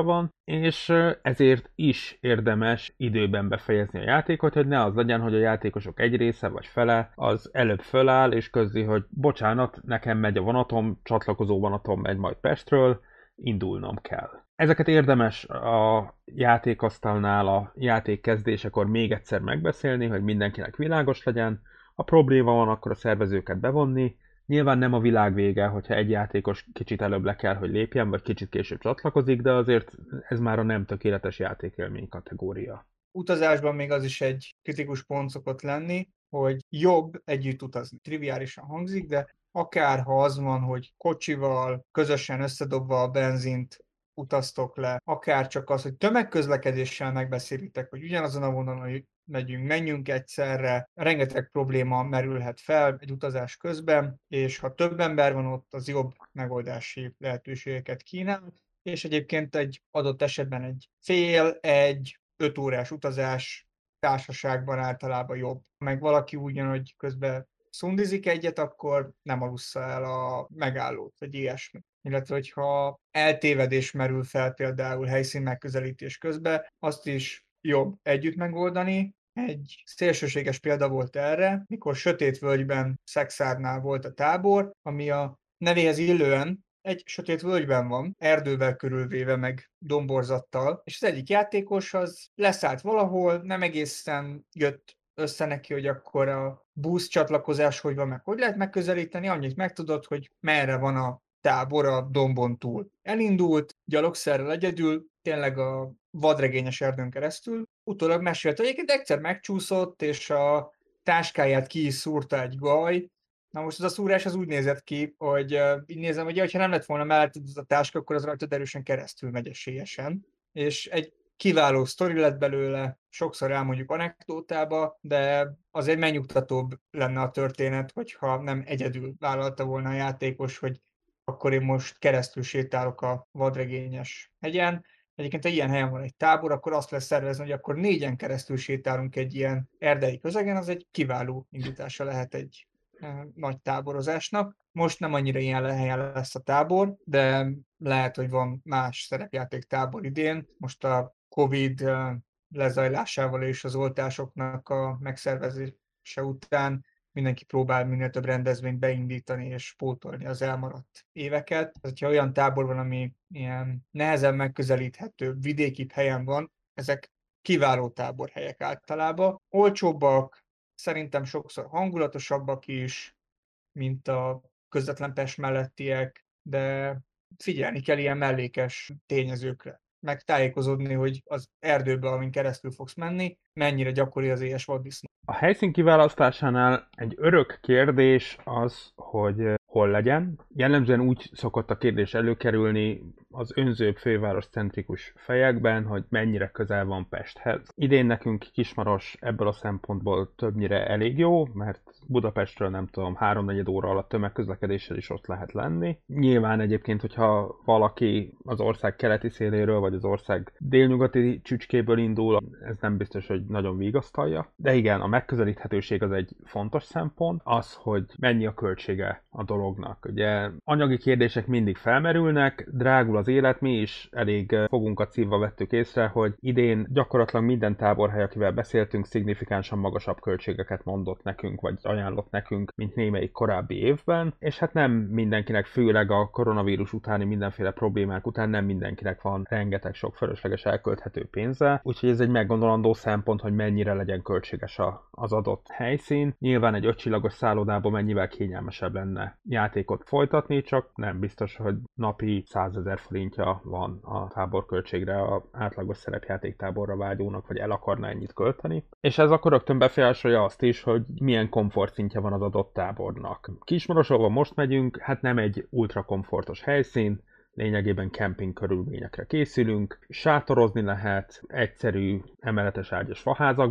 és ezért is érdemes időben befejezni a játékot, hogy ne az legyen, hogy a játékosok egy része vagy fele az előbb föláll, és közli, hogy bocsánat, nekem megy a vonatom, csatlakozó vonatom megy majd Pestről, indulnom kell. Ezeket érdemes a játékasztalnál, a játék kezdésekor még egyszer megbeszélni, hogy mindenkinek világos legyen. Ha probléma van, akkor a szervezőket bevonni. Nyilván nem a világ vége, hogyha egy játékos kicsit előbb le kell, hogy lépjen, vagy kicsit később csatlakozik, de azért ez már a nem tökéletes játékélmény kategória. Utazásban még az is egy kritikus pont szokott lenni, hogy jobb együtt utazni. Triviálisan hangzik, de akár ha az van, hogy kocsival, közösen összedobva a benzint utaztok le, akár csak az, hogy tömegközlekedéssel megbeszélitek, hogy ugyanazon a vonalon megyünk, menjünk egyszerre, rengeteg probléma merülhet fel egy utazás közben, és ha több ember van ott, az jobb megoldási lehetőségeket kínál, és egyébként egy adott esetben egy fél, egy öt órás utazás társaságban általában jobb. Meg valaki ugyan, hogy közben szundizik egyet, akkor nem alussza el a megállót, vagy ilyesmi. Illetve, hogyha eltévedés merül fel például helyszín megközelítés közben, azt is jobb együtt megoldani. Egy szélsőséges példa volt erre, mikor Sötét Völgyben, Szexárnál volt a tábor, ami a nevéhez illően egy sötét völgyben van, erdővel körülvéve, meg domborzattal, és az egyik játékos az leszállt valahol, nem egészen jött össze neki, hogy akkor a busz csatlakozás hogy van, meg hogy lehet megközelíteni, annyit megtudott, hogy merre van a tábor a dombon túl. Elindult, gyalogszerrel egyedül, tényleg a vadregényes erdőn keresztül, utólag mesélt, hogy egyébként egyszer megcsúszott, és a táskáját ki is szúrta egy gaj. Na most az a szúrás az úgy nézett ki, hogy uh, így nézem, hogy ha nem lett volna mellett az a táska, akkor az rajtad erősen keresztül megy esélyesen. És egy kiváló sztori lett belőle, sokszor elmondjuk anekdótába, de az egy megnyugtatóbb lenne a történet, hogyha nem egyedül vállalta volna a játékos, hogy akkor én most keresztül sétálok a vadregényes hegyen. Egyébként, ha ilyen helyen van egy tábor, akkor azt lesz szervezni, hogy akkor négyen keresztül sétálunk egy ilyen erdei közegen, az egy kiváló indítása lehet egy e, nagy táborozásnak. Most nem annyira ilyen helyen lesz a tábor, de lehet, hogy van más szerepjáték tábor idén. Most a Covid e, lezajlásával és az oltásoknak a megszervezése után mindenki próbál minél több rendezvényt beindítani és pótolni az elmaradt éveket. Ha olyan tábor van, ami ilyen nehezen megközelíthető, vidékibb helyen van, ezek kiváló táborhelyek általában. Olcsóbbak, szerintem sokszor hangulatosabbak is, mint a közvetlen Pest mellettiek, de figyelni kell ilyen mellékes tényezőkre. Meg tájékozódni, hogy az erdőbe, amin keresztül fogsz menni, mennyire gyakori az éhes vaddisznó. A helyszín kiválasztásánál egy örök kérdés az, hogy hol legyen. Jellemzően úgy szokott a kérdés előkerülni az önzőbb főváros centrikus fejekben, hogy mennyire közel van Pesthez. Idén nekünk Kismaros ebből a szempontból többnyire elég jó, mert Budapestről nem tudom, háromnegyed óra alatt tömegközlekedéssel is ott lehet lenni. Nyilván egyébként, hogyha valaki az ország keleti széléről, vagy az ország délnyugati csücskéből indul, ez nem biztos, hogy nagyon vigasztalja. De igen, a megközelíthetőség az egy fontos szempont, az, hogy mennyi a költsége a dolognak. Ugye anyagi kérdések mindig felmerülnek, drágul az élet, mi is elég fogunkat szívva vettük észre, hogy idén gyakorlatilag minden táborhely, akivel beszéltünk, szignifikánsan magasabb költségeket mondott nekünk, vagy ajánlott nekünk, mint némelyik korábbi évben, és hát nem mindenkinek, főleg a koronavírus utáni mindenféle problémák után nem mindenkinek van rengeteg sok fölösleges elkölthető pénze, úgyhogy ez egy meggondolandó szempont, hogy mennyire legyen költséges a, az adott helyszín. Nyilván egy ötcsillagos szállodában mennyivel kényelmesebb lenne játékot folytatni, csak nem biztos, hogy napi százezer forintja van a táborköltségre a átlagos szerepjátéktáborra vágyónak, vagy el akarna ennyit költeni. És ez akkor rögtön befolyásolja azt is, hogy milyen komfortszintje van az adott tábornak. Kismarosóba most megyünk, hát nem egy ultra komfortos helyszín, lényegében kemping körülményekre készülünk, sátorozni lehet egyszerű emeletes ágyas faházakban,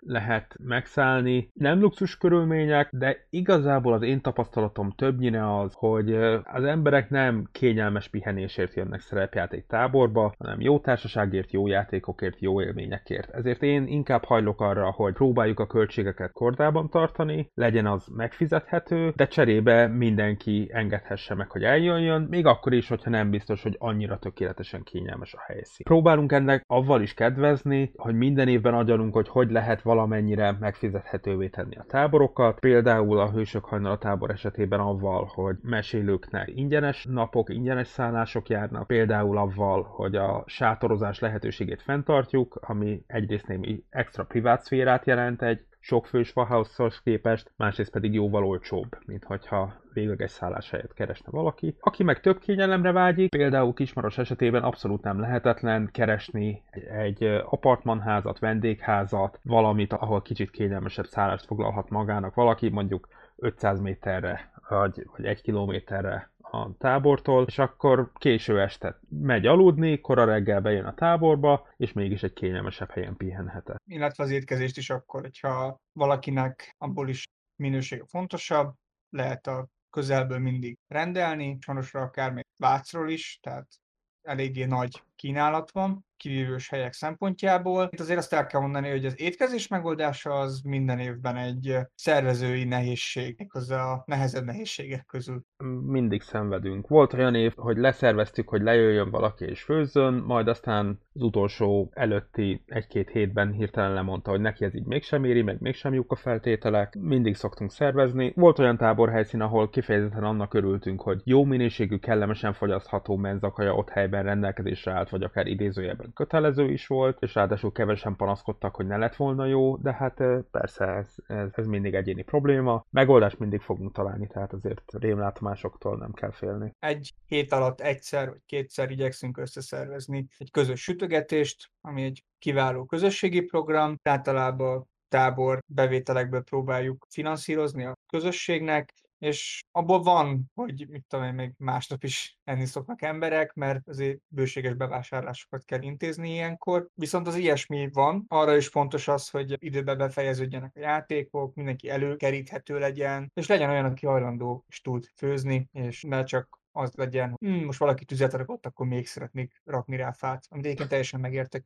lehet megszállni. Nem luxus körülmények, de igazából az én tapasztalatom többnyire az, hogy az emberek nem kényelmes pihenésért jönnek szerepjáték táborba, hanem jó társaságért, jó játékokért, jó élményekért. Ezért én inkább hajlok arra, hogy próbáljuk a költségeket kordában tartani, legyen az megfizethető, de cserébe mindenki engedhesse meg, hogy eljöjjön, még akkor is, hogyha nem biztos, hogy annyira tökéletesen kényelmes a helyszín. Próbálunk ennek avval is kedvezni, hogy minden évben agyalunk, hogy hogy lehet valamennyire megfizethetővé tenni a táborokat. Például a Hősök Hajnala tábor esetében avval, hogy mesélőknek ingyenes napok, ingyenes szállások járnak, például avval, hogy a sátorozás lehetőségét fenntartjuk, ami egyrészt némi extra privát szférát jelent egy sokfős Fahaushoz képest, másrészt pedig jóval olcsóbb, mint hogyha végleges szállás helyett keresne valaki. Aki meg több kényelemre vágyik, például Kismaros esetében abszolút nem lehetetlen keresni egy apartmanházat, vendégházat, valamit, ahol kicsit kényelmesebb szállást foglalhat magának valaki, mondjuk ötszáz méterre vagy, vagy egy kilométerre a tábortól, és akkor késő este megy aludni, kora reggel bejön a táborba, és mégis egy kényelmesebb helyen pihenhet. Illetve az étkezést is akkor, hogyha valakinek abból is minősége fontosabb, lehet a közelből mindig rendelni, Sonosra akár még Vácról is, tehát eléggé nagy kínálat van, kivívős helyek szempontjából. Itt azért azt el kell mondani, hogy az étkezés megoldása az minden évben egy szervezői nehézség, méghozzá a nehezebb nehézségek közül. Mindig szenvedünk. Volt olyan év, hogy leszerveztük, hogy lejöjjön valaki és főzzön, majd aztán az utolsó előtti egy-két hétben hirtelen lemondta, hogy neki ez így mégsem éri, meg mégsem jók a feltételek. Mindig szoktunk szervezni. Volt olyan táborhelyszín, ahol kifejezetten annak örültünk, hogy jó minőségű, kellemesen fogyasztható menzakaja ott helyben rendelkezésre állt, vagy akár idézőjelben kötelező is volt, és ráadásul kevesen panaszkodtak, hogy ne lett volna jó, de hát persze ez, ez, ez mindig egyéni probléma. Megoldást mindig fogunk találni, tehát azért rémlátomásoktól nem kell félni. Egy hét alatt egyszer vagy kétszer igyekszünk összeszervezni egy közös sütögetést, ami egy kiváló közösségi program, általában tábor bevételekből próbáljuk finanszírozni a közösségnek, és abból van, hogy mit tudom én, még másnap is enni szoknak emberek, mert azért bőséges bevásárlásokat kell intézni ilyenkor. Viszont az ilyesmi van, arra is fontos az, hogy időben befejeződjenek a játékok, mindenki előkeríthető legyen, és legyen olyan, aki hajlandó és tud főzni, és ne csak az legyen, hm, most valaki tüzet rakott, akkor még szeretnék rakni rá fát, amit egyébként teljesen megértek.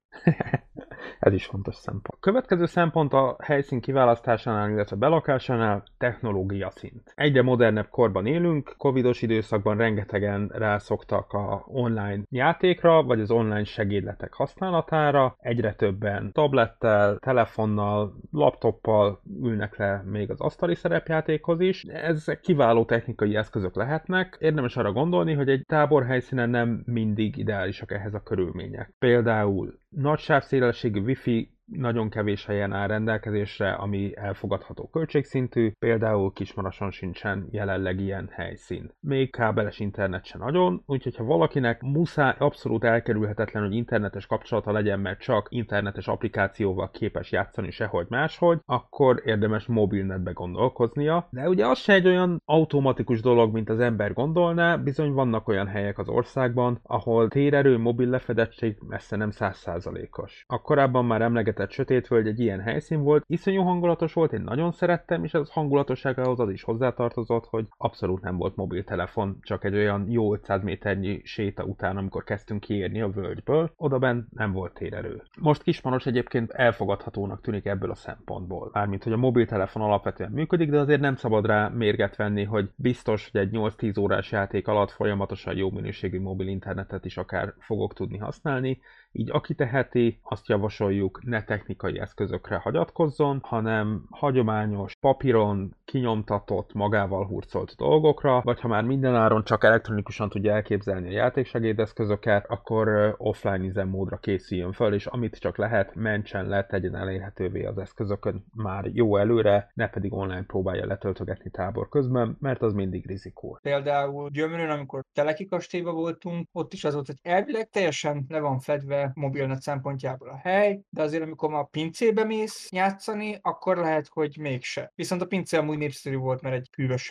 Ez is fontos szempont. Következő szempont a helyszín kiválasztásánál, illetve belakásánál technológia szint. Egyre modernebb korban élünk, covidos időszakban rengetegen rászoktak a online játékra, vagy az online segédletek használatára, egyre többen tablettel, telefonnal, laptoppal ülnek le még az asztali szerepjátékhoz is. Ezek kiváló technikai eszközök lehetnek, érdemes arra gondolni, hogy egy táborhelyszínen nem mindig ideálisak ehhez a körülmények. Például nagy sávszélességű wifi nagyon kevés helyen áll rendelkezésre, ami elfogadható költségszintű, például Kismarason sincsen jelenleg ilyen helyszín. Még kábeles internet se nagyon, úgyhogy ha valakinek muszáj, abszolút elkerülhetetlen, hogy internetes kapcsolata legyen, mert csak internetes applikációval képes játszani sehogy máshogy, akkor érdemes mobilnetbe gondolkoznia. De ugye az se egy olyan automatikus dolog, mint az ember gondolná, bizony vannak olyan helyek az országban, ahol térerő, mobil lefedettség messze nem száz százalékos. A korábban már emlegetett Sötétvölgy egy ilyen helyszín volt, iszonyú hangulatos volt, én nagyon szerettem, és az hangulatosságához az is hozzátartozott, hogy abszolút nem volt mobiltelefon, csak egy olyan jó ötszáz méternyi séta után, amikor kezdtünk kiérni a völgyből, odaben nem volt térerő. Most Kismaros egyébként elfogadhatónak tűnik ebből a szempontból. Mármint, hogy a mobiltelefon alapvetően működik, de azért nem szabad rá mérget venni, hogy biztos, hogy egy nyolc-tíz órás játék alatt folyamatosan jó minőségű mobil internetet is akár fogok tudni használni. Így aki teheti, azt javasoljuk, ne technikai eszközökre hagyatkozzon, hanem hagyományos, papíron kinyomtatott, magával hurcolt dolgokra, vagy ha már mindenáron csak elektronikusan tudja elképzelni a játéksegédeszközöket, akkor offline üzemmódra készüljön föl, és amit csak lehet, mentsen le, tegyen elérhetővé az eszközökön már jó előre, ne pedig online próbálja letöltögetni tábor közben, mert az mindig rizikó. Például Gyömrön, amikor Teleki kastélyban voltunk, ott is az volt, hogy elvileg teljesen le van fedve mobilnet szempontjából a hely, de azért amikor ma a pincébe mész játszani, akkor lehet, hogy mégse. Viszont a pince amúgy népszerű volt, mert egy hűvös hely.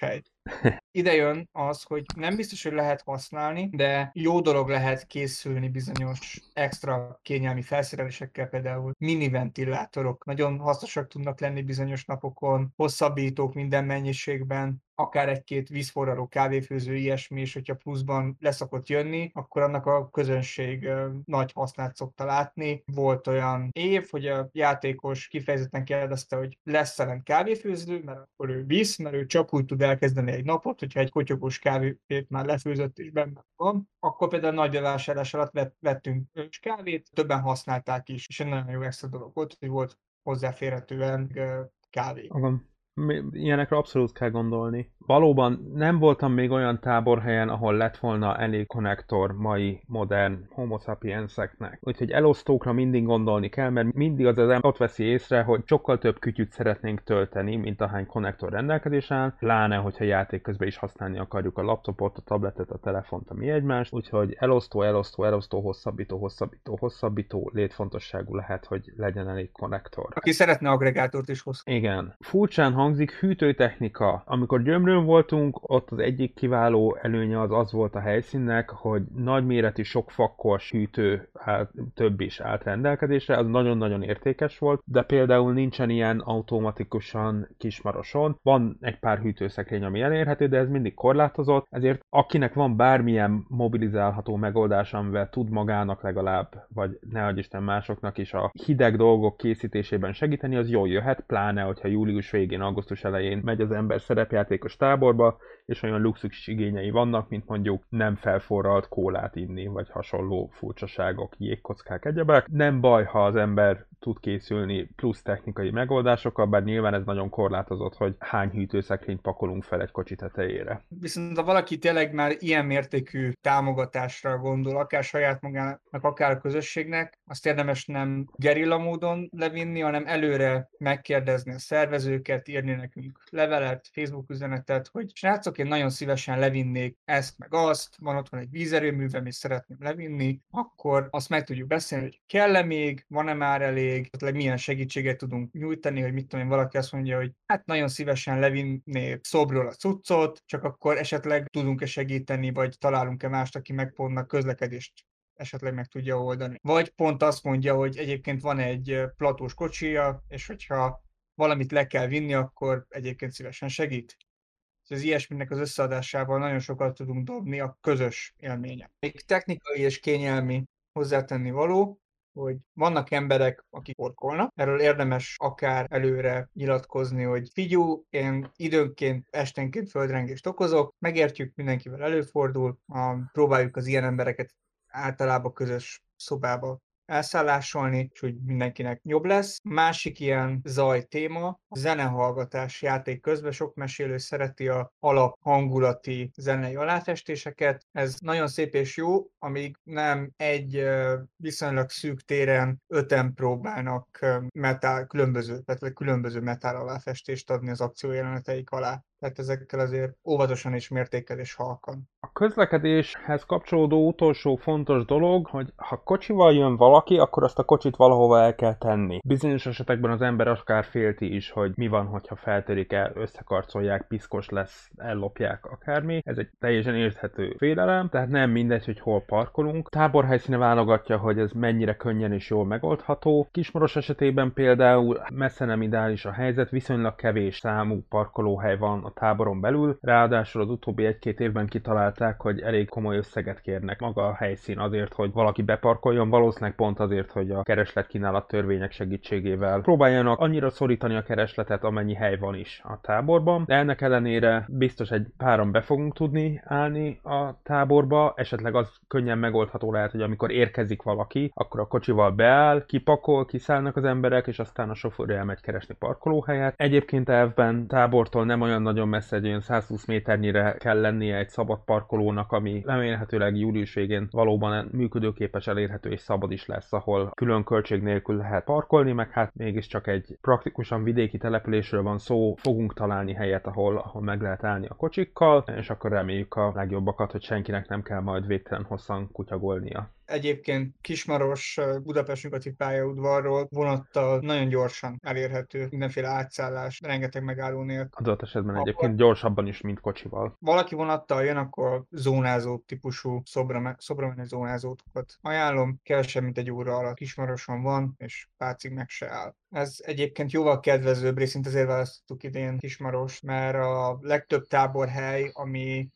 Ide jön az, hogy nem biztos, hogy lehet használni, de jó dolog lehet készülni bizonyos extra kényelmi felszerelésekkel, például mini ventilátorok. Nagyon hasznosak tudnak lenni bizonyos napokon, hosszabbítók minden mennyiségben, akár egy-két vízforraló kávéfőző, ilyesmi, és hogyha pluszban leszokott jönni, akkor annak a közönség ö, nagy hasznát szokta látni. Volt olyan év, hogy a játékos kifejezetten kérdezte, hogy lesz-e lent kávéfőző, mert akkor ő visz, mert ő csak úgy tud elkezdeni egy napot, hogyha egy kotyogós kávét már lefőzött és benne van. Akkor például nagy bevásárlás alatt vett, vettünk ős kávét, többen használták is, és egy nagyon jó extra dolog volt, hogy volt hozzáférhetően ö, kávé. Magam. Mi- Ilyenekre abszolút kell gondolni. Valóban nem voltam még olyan táborhelyen, ahol lett volna elég konnektor mai modern homo sapienseknek. Úgyhogy elosztókra mindig gondolni kell, mert mindig az az ember ott veszi észre, hogy sokkal több kütyüt szeretnénk tölteni, mint ahány konnektor rendelkezésre áll, pláne, hogyha játék közben is használni akarjuk a laptopot, a tabletet, a telefont, a mi egymást. Úgyhogy elosztó, elosztó, elosztó, hosszabbító, hosszabbító, hosszabbító létfontosságú lehet, hogy legyen elég konnektor. Aki szeretne agregátort is hoz. Igen. Furcsán hangzik, hűtőtechnika. Amikor Gyömrőn voltunk, ott az egyik kiváló előnye az az volt a helyszínnek, hogy nagyméretű, sok fakkos hűtő áll, több is állt rendelkezésre, az nagyon-nagyon értékes volt, de például nincsen ilyen automatikusan Kismaroson. Van egy pár hűtőszekrény, ami elérhető, de ez mindig korlátozott, ezért akinek van bármilyen mobilizálható megoldás, amivel tud magának legalább, vagy ne adj Isten másoknak is a hideg dolgok készítésében segíteni, az jól jöhet, pláne, hogyha július végén, augusztus elején megy az ember szerepjátékos táborba, és olyan luxus igényei vannak, mint mondjuk nem felforralt kólát inni, vagy hasonló furcsaságok, jégkockák, egyebek. Nem baj, ha az ember tud készülni plusz technikai megoldásokkal, bár nyilván ez nagyon korlátozott, hogy hány hűtőszekrényt pakolunk fel egy kocsi tetejére. Viszont ha valaki tényleg már ilyen mértékű támogatásra gondol, akár saját magának, akár a közösségnek, azt érdemes nem gerilla módon levinni, hanem előre megkérdezni a szervezőket, írni nekünk levelet, Facebook üzenetet, hogy srácok, én nagyon szívesen levinnék ezt meg azt, van otthon egy vízerőművem, és szeretném levinni, akkor azt meg tudjuk beszélni, hogy kell-e még, van-e már elég, tehát milyen segítséget tudunk nyújtani, hogy mit tudom én, valaki azt mondja, hogy hát nagyon szívesen levinné Szobról a cuccot, csak akkor esetleg tudunk-e segíteni, vagy találunk-e mást, aki meg pont a közlekedést esetleg meg tudja oldani. Vagy pont azt mondja, hogy egyébként van egy platós kocsija, és hogyha valamit le kell vinni, akkor egyébként szívesen segít. Az ilyesminek az összeadásával nagyon sokat tudunk dobni a közös élményen. Még technikai és kényelmi hozzátenni való, hogy vannak emberek, akik porkolnak. Erről érdemes akár előre nyilatkozni, hogy figyú, én időnként, esténként földrengést okozok, megértjük, mindenkivel előfordul, a, próbáljuk az ilyen embereket általában közös szobába elszállásolni, és úgy mindenkinek jobb lesz. Másik ilyen zaj téma, a zenehallgatás játék közben sok mesélő szereti a alap hangulati zenei aláfestéseket. Ez nagyon szép és jó, amíg nem egy viszonylag szűk téren öten próbálnak metál, különböző, tehát különböző metál aláfestést adni az akciójeleneteik alá. Tehát ezekkel azért óvatosan és mértékkel és halkan. A közlekedéshez kapcsolódó utolsó fontos dolog, hogy ha kocsival jön valaki, akkor azt a kocsit valahova el kell tenni. Bizonyos esetekben az ember akár félti is, hogy mi van, hogyha feltörik el, összekarcolják, piszkos lesz, ellopják akármi. Ez egy teljesen érthető félelem, tehát nem mindegy, hogy hol parkolunk. Táborhelyszíne válogatja, hogy ez mennyire könnyen és jól megoldható. Kismaros esetében például messze nem ideális a helyzet, viszonylag kevés számú parkolóhely van a táboron belül, ráadásul az utóbbi egy-két évben kitalálták, hogy elég komoly összeget kérnek maga a helyszín azért, hogy valaki beparkoljon, valószínűleg pont azért, hogy a keresletkínálat törvények segítségével próbáljanak annyira szorítani a keresletet, amennyi hely van is a táborban, de ennek ellenére biztos egy páran be fogunk tudni állni a táborba, esetleg az könnyen megoldható lehet, hogy amikor érkezik valaki, akkor a kocsival beáll, kipakol, kiszállnak az emberek, és aztán a sofőr elmegy keresni parkolóhelyet. Egyébként elvben tábortól nem olyan nagyon messze, egy olyan százhúsz méternyire kell lennie egy szabad parkolónak, ami remélhetőleg július végén valóban működőképes, elérhető és szabad is lesz, ahol külön költség nélkül lehet parkolni, meg hát mégiscsak egy praktikusan vidéki településről van szó, fogunk találni helyet, ahol, ahol meg lehet állni a kocsikkal, és akkor reméljük a legjobbakat, hogy senkinek nem kell majd végtelen hosszan kutyagolnia. Egyébként Kismaros Budapest nyugati pályaudvarról vonattal nagyon gyorsan elérhető, mindenféle átszállás, rengeteg megálló nélkül. Adott esetben egy egyébként gyorsabban is, mint kocsival. Valaki vonattal jön, akkor zónázó típusú szobra, szobra menő zónázótokat ajánlom. Kevesebb, mint egy óra alatt Kismaroson van, és Pácig meg se áll. Ez egyébként jóval kedvezőbb, részint azért választottuk idén Kismarost, mert a legtöbb táborhely, ami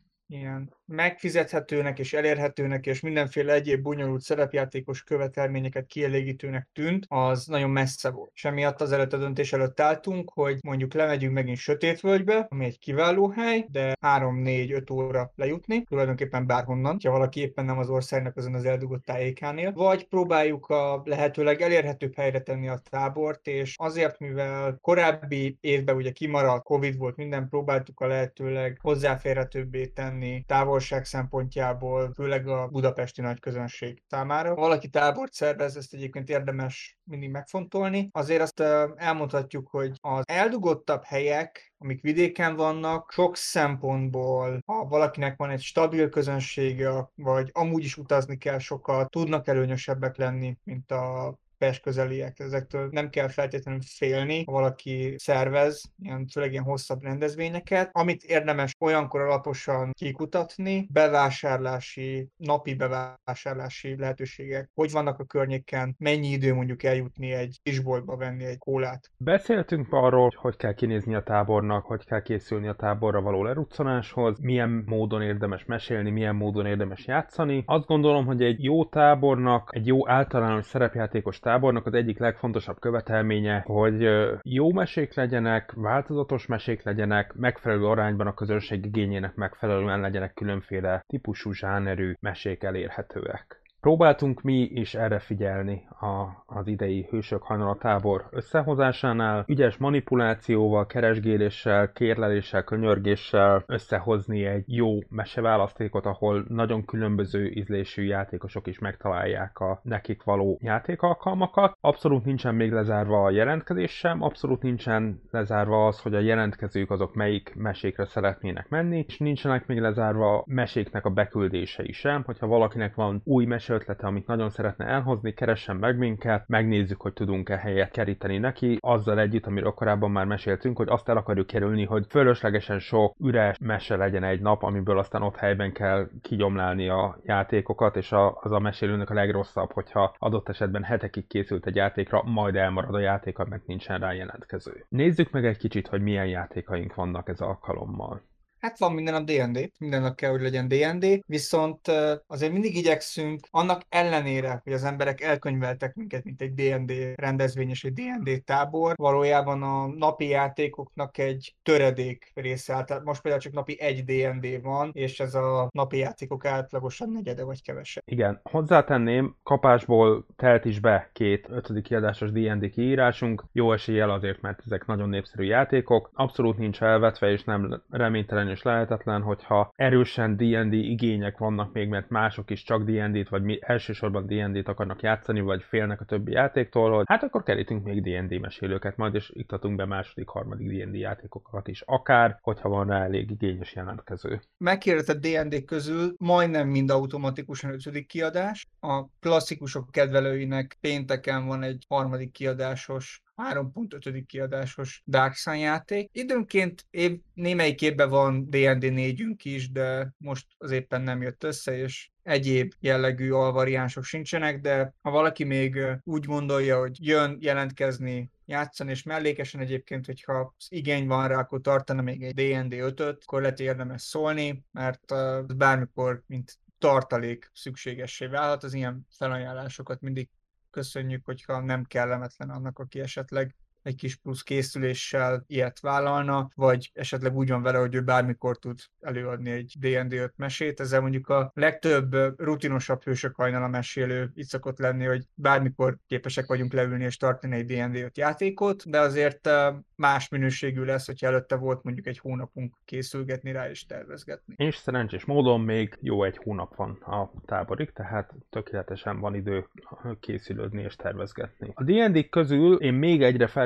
ilyen megfizethetőnek és elérhetőnek és mindenféle egyéb bonyolult szerepjátékos követelményeket kielégítőnek tűnt, az nagyon messze volt. És emiatt az előtt a döntés előtt álltunk, hogy mondjuk lemegyünk megint Sötétvölgybe, ami egy kiváló hely, de három-négy-öt óra lejutni, tulajdonképpen bárhonnan, ha valaki éppen nem az országnak azon az eldugott tájékán él, vagy próbáljuk a lehetőleg elérhetőbb helyre tenni a tábort, és azért, mivel korábbi évben ugye kimaradt, Covid volt, minden, próbáltuk a lehetőleg hozzáférhetőbbé tenni távolság szempontjából, főleg a budapesti nagy közönség számára. Ha valaki tábort szervez, ezt egyébként érdemes mindig megfontolni. Azért azt elmondhatjuk, hogy az eldugottabb helyek, amik vidéken vannak, sok szempontból, ha valakinek van egy stabil közönsége, vagy amúgy is utazni kell sokat, tudnak előnyösebbek lenni, mint a Pest közeliek. Ezektől nem kell feltétlenül félni, ha valaki szervez, ilyen, főleg ilyen hosszabb rendezvényeket. Amit érdemes olyankor alaposan kikutatni, bevásárlási, napi bevásárlási lehetőségek, hogy vannak a környéken, mennyi idő mondjuk eljutni egy kisboltba venni egy kólát. Beszéltünk arról, hogy kell kinézni a tábornak, hogy kell készülni a táborra való leruccanáshoz, milyen módon érdemes mesélni, milyen módon érdemes játszani. Azt gondolom, hogy egy jó tábornak, egy jó általános szerepjátékos tábornak az egyik legfontosabb követelménye, hogy jó mesék legyenek, változatos mesék legyenek, megfelelő arányban a közönség igényének megfelelően legyenek különféle típusú, zsánerű mesék elérhetőek. Próbáltunk mi is erre figyelni a, az idei Hősök Hajnala tábor összehozásánál, ügyes manipulációval, keresgéléssel, kérleléssel, könyörgéssel összehozni egy jó meseválasztékot, ahol nagyon különböző ízlésű játékosok is megtalálják a nekik való játékalkalmakat. Abszolút nincsen még lezárva a jelentkezés sem, abszolút nincsen lezárva az, hogy a jelentkezők azok melyik mesékre szeretnének menni, és nincsenek még lezárva a meséknek a beküldései sem, hogyha valakinek van új mese ötlete, amit nagyon szeretne elhozni, keressen meg minket, megnézzük, hogy tudunk-e helyet keríteni neki, azzal együtt, amiről korábban már meséltünk, hogy azt el akarjuk kerülni, hogy fölöslegesen sok üres mese legyen egy nap, amiből aztán ott helyben kell kigyomlálni a játékokat, és a, az a mesélőnek a legrosszabb, hogyha adott esetben hetekig készült egy játékra, majd elmarad a játéka, mert nincsen rá jelentkező. Nézzük meg egy kicsit, hogy milyen játékaink vannak ez alkalommal. Hát van minden a dé en dé, mindennek kell, hogy legyen dé en dé, viszont azért mindig igyekszünk, annak ellenére, hogy az emberek elkönyveltek minket, mint egy dé en dé rendezvény és egy dé en dé tábor, valójában a napi játékoknak egy töredék része áll. Tehát most például csak napi egy dé en dé van, és ez a napi játékok átlagosan negyede vagy kevesebb. Igen, hozzátenném, kapásból telt is be két ötödik kiadásos dé en dé kiírásunk, jó eséllyel azért, mert ezek nagyon népszerű játékok, abszolút nincs elvetve, és nem reménytelen és lehetetlen, hogyha erősen dé en dé igények vannak még, mert mások is csak dé en dét, vagy mi elsősorban dé en dét akarnak játszani, vagy félnek a többi játéktól, hogy hát akkor kerítünk még dé en dé mesélőket majd, és iktatunk be második, harmadik dé en dé játékokat is, akár, hogyha van rá elég igényes jelentkező. Megkérdezett dé en dé közül majdnem mind automatikusan ötödik kiadás. A klasszikusok kedvelőinek pénteken van egy harmadik kiadásos, három pont ötödik kiadásos Dark Sun játék. Időnként év, némelyik évben van dé en dé négyünk is, de most az éppen nem jött össze, és egyéb jellegű alvariánsok sincsenek, de ha valaki még úgy gondolja, hogy jön jelentkezni, játszani, és mellékesen egyébként, hogyha igény van rá, akkor tartana még egy dé en dé ötöt, akkor lehet érdemes szólni, mert uh, bármikor, mint tartalék szükségessé válhat. Az ilyen felajánlásokat mindig köszönjük, hogyha nem kellemetlen annak, aki esetleg egy kis plusz készüléssel ilyet vállalna, vagy esetleg úgy van vele, hogy ő bármikor tud előadni egy dé en dé öt mesét. Ezzel mondjuk a legtöbb rutinosabb Hősök Hajnala mesélő itt szokott lenni, hogy bármikor képesek vagyunk leülni és tartani egy dé en dé öt játékot, de azért más minőségű lesz, hogyha előtte volt mondjuk egy hónapunk készülgetni rá és tervezgetni. És szerencsés módon még jó egy hónap van a táborig, tehát tökéletesen van idő készülődni és tervezgetni. A dé en dé közül én még egyre fel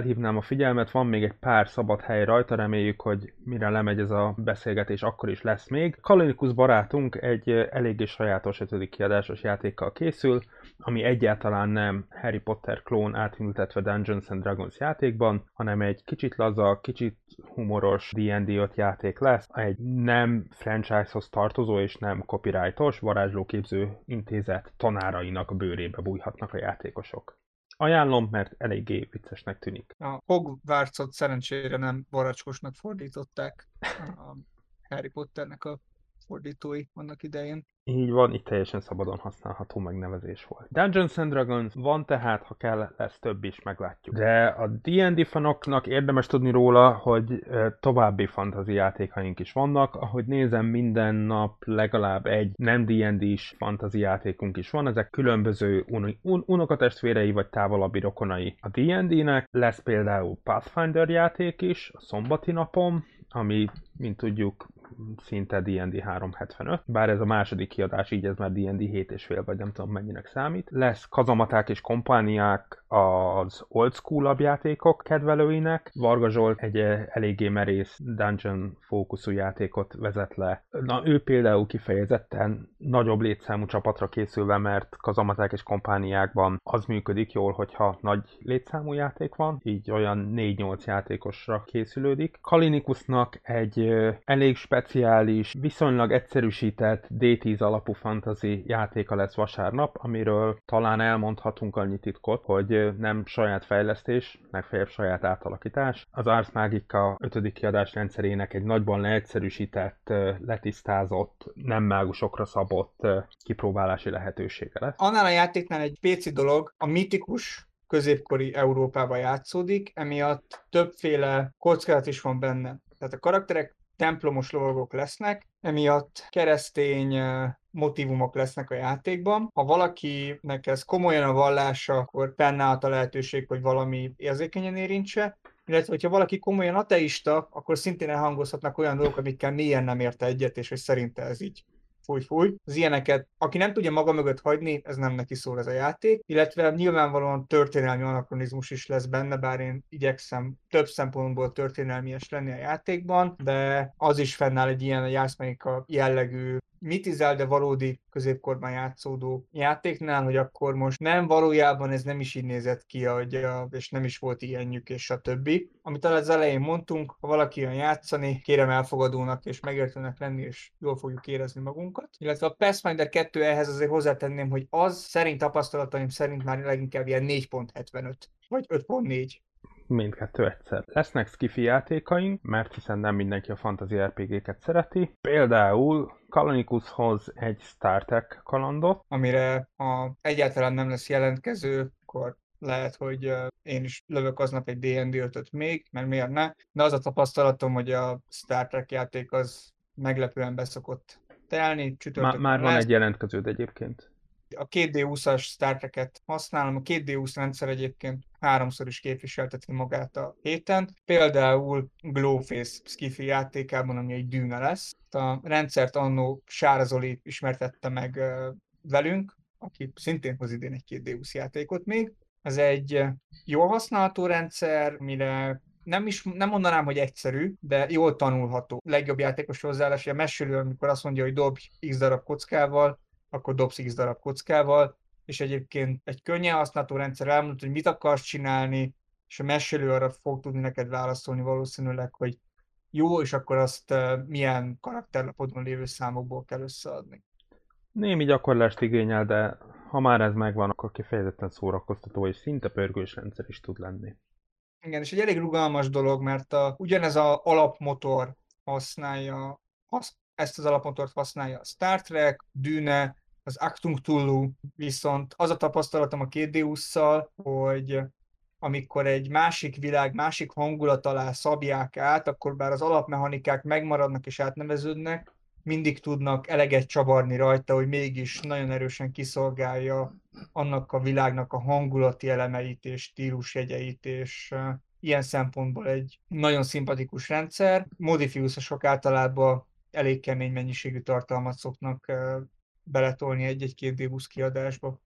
felhívnám a figyelmet, van még egy pár szabad hely rajta, reméljük, hogy mire lemegy ez a beszélgetés, akkor is lesz még. Kalinikus barátunk egy eléggé sajátos ötödik kiadásos játékkal készül, ami egyáltalán nem Harry Potter klón átültetve Dungeons and Dragons játékban, hanem egy kicsit laza, kicsit humoros dé és dé öt játék lesz, egy nem franchise-hoz tartozó és nem copyrightos varázslóképző intézet tanárainak a bőrébe bújhatnak a játékosok. Ajánlom, mert eléggé viccesnek tűnik. A Hogwartsot szerencsére nem varacskosnak fordították a Harry Potternek a fordítói annak idején. Így van, itt teljesen szabadon használható megnevezés volt. Dungeons and Dragons van tehát, ha kell, lesz több is, meglátjuk. De a dé és dé fanoknak érdemes tudni róla, hogy további fantasy játékaink is vannak. Ahogy nézem, minden nap legalább egy nem dé és dés fantasy játékunk is van. Ezek különböző un- un- unokatestvérei vagy távolabbi rokonai a dé és dének. Lesz például Pathfinder játék is a szombati napon, ami, mint tudjuk, szinte dé és dé háromszázhetvenöt, bár ez a második kiadás, így ez már dé és dé hét és fél, vagy nem tudom mennyinek számít. Lesz kazamaták és kompániák az old school-abb játékok kedvelőinek. Varga Zsolt egy eléggé merész dungeon fókuszú játékot vezet le. Na, ő például kifejezetten nagyobb létszámú csapatra készülve, mert kazamaták és kompániákban az működik jól, hogyha nagy létszámú játék van, így olyan négy-nyolc játékosra készülődik. Kalinikusnak egy elég speciális, viszonylag egyszerűsített dé tíz alapú fantasy játéka lesz vasárnap, amiről talán elmondhatunk annyi titkot, hogy nem saját fejlesztés, legfeljebb saját átalakítás. Az Ars Magica ötödik kiadás rendszerének egy nagyban leegyszerűsített, letisztázott, nem mágusokra szabott kipróbálási lehetősége lesz. Annál a játéknál egy pici dolog, a mitikus középkori Európában játszódik, emiatt többféle kockázat is van benne. Tehát a karakterek templomos lovagok lesznek, emiatt keresztény motívumok lesznek a játékban. Ha valakinek ez komolyan a vallása, akkor fennállt a lehetőség, hogy valami érzékenyen érintse, illetve hogyha valaki komolyan ateista, akkor szintén elhangozhatnak olyan dolgok, amikkel mélyen nem érte egyet, és hogy szerinte ez így fúj-fúj. Az ilyeneket, aki nem tudja maga mögött hagyni, ez nem neki szól ez a játék, illetve nyilvánvalóan történelmi anakronizmus is lesz benne, bár én igyekszem több szempontból történelmies lenni a játékban, de az is fennáll egy ilyen jászmányika jellegű mitizált, de valódi középkorban játszódó játéknál, hogy akkor most nem valójában ez nem is így nézett ki, hogy, és nem is volt ilyenjük, és a többi. Amit talán az elején mondtunk, ha valaki jön játszani, kérem elfogadónak és megértőnek lenni, és jól fogjuk érezni magunkat. Illetve a Pathfinder kettő ehhez azért hozzátenném, hogy az szerint tapasztalataim szerint már leginkább ilyen négy pont hetvenöt, vagy öt pont négy. Mindkettő egyszer. Lesznek skifi játékaink, mert hiszen nem mindenki a fantasy er pé géket szereti. Például Kalanikushoz egy Star Trek kalandot, amire ha egyáltalán nem lesz jelentkező, akkor lehet, hogy én is lövök aznap egy dé és dé ötöt még, mert miért ne. De az a tapasztalatom, hogy a Star Trek játék az meglepően beszokott telni. Má- már van egy jelentkeződ egyébként. A két dé húszas Star Trek-et használom, a két dé húsz rendszer egyébként háromszor is képviselteti magát a héten. Például Glowface Skiffy játékában, ami egy dűne lesz. A rendszert annó Sára Zoli ismertette meg velünk, aki szintén hoz idén egy két dé húsz játékot még. Ez egy jól használható rendszer, mire nem is nem mondanám, hogy egyszerű, de jól tanulható. Legjobb játékos hozzáállás, a mesélő, amikor azt mondja, hogy dobj x darab kockával, akkor dobsz x darab kockával, és egyébként egy könnyen használható rendszer elmondott, hogy mit akarsz csinálni, és a mesélő arra fog tudni neked válaszolni valószínűleg, hogy jó, és akkor azt uh, milyen karakterlapodon lévő számokból kell összeadni. Némi gyakorlást igényel, de ha már ez megvan, akkor kifejezetten szórakoztató és szinte pörgős rendszer is tud lenni. Igen, és egy elég rugalmas dolog, mert a, ugyanez az alapmotor használja, hasz, ezt az alapmotort használja a Star Trek, Dűne, az Achtung Cthulhu, viszont az a tapasztalatom a két dé hússzal, hogy amikor egy másik világ, másik hangulat alá szabják át, akkor bár az alapmechanikák megmaradnak és átneveződnek, mindig tudnak eleget csavarni rajta, hogy mégis nagyon erősen kiszolgálja annak a világnak a hangulati elemeit és stílusjegyeit, és uh, ilyen szempontból egy nagyon szimpatikus rendszer. Modifiusosok általában elég kemény mennyiségű tartalmat szoknak uh, beletolni egy-egy két dé húsz kiadásba.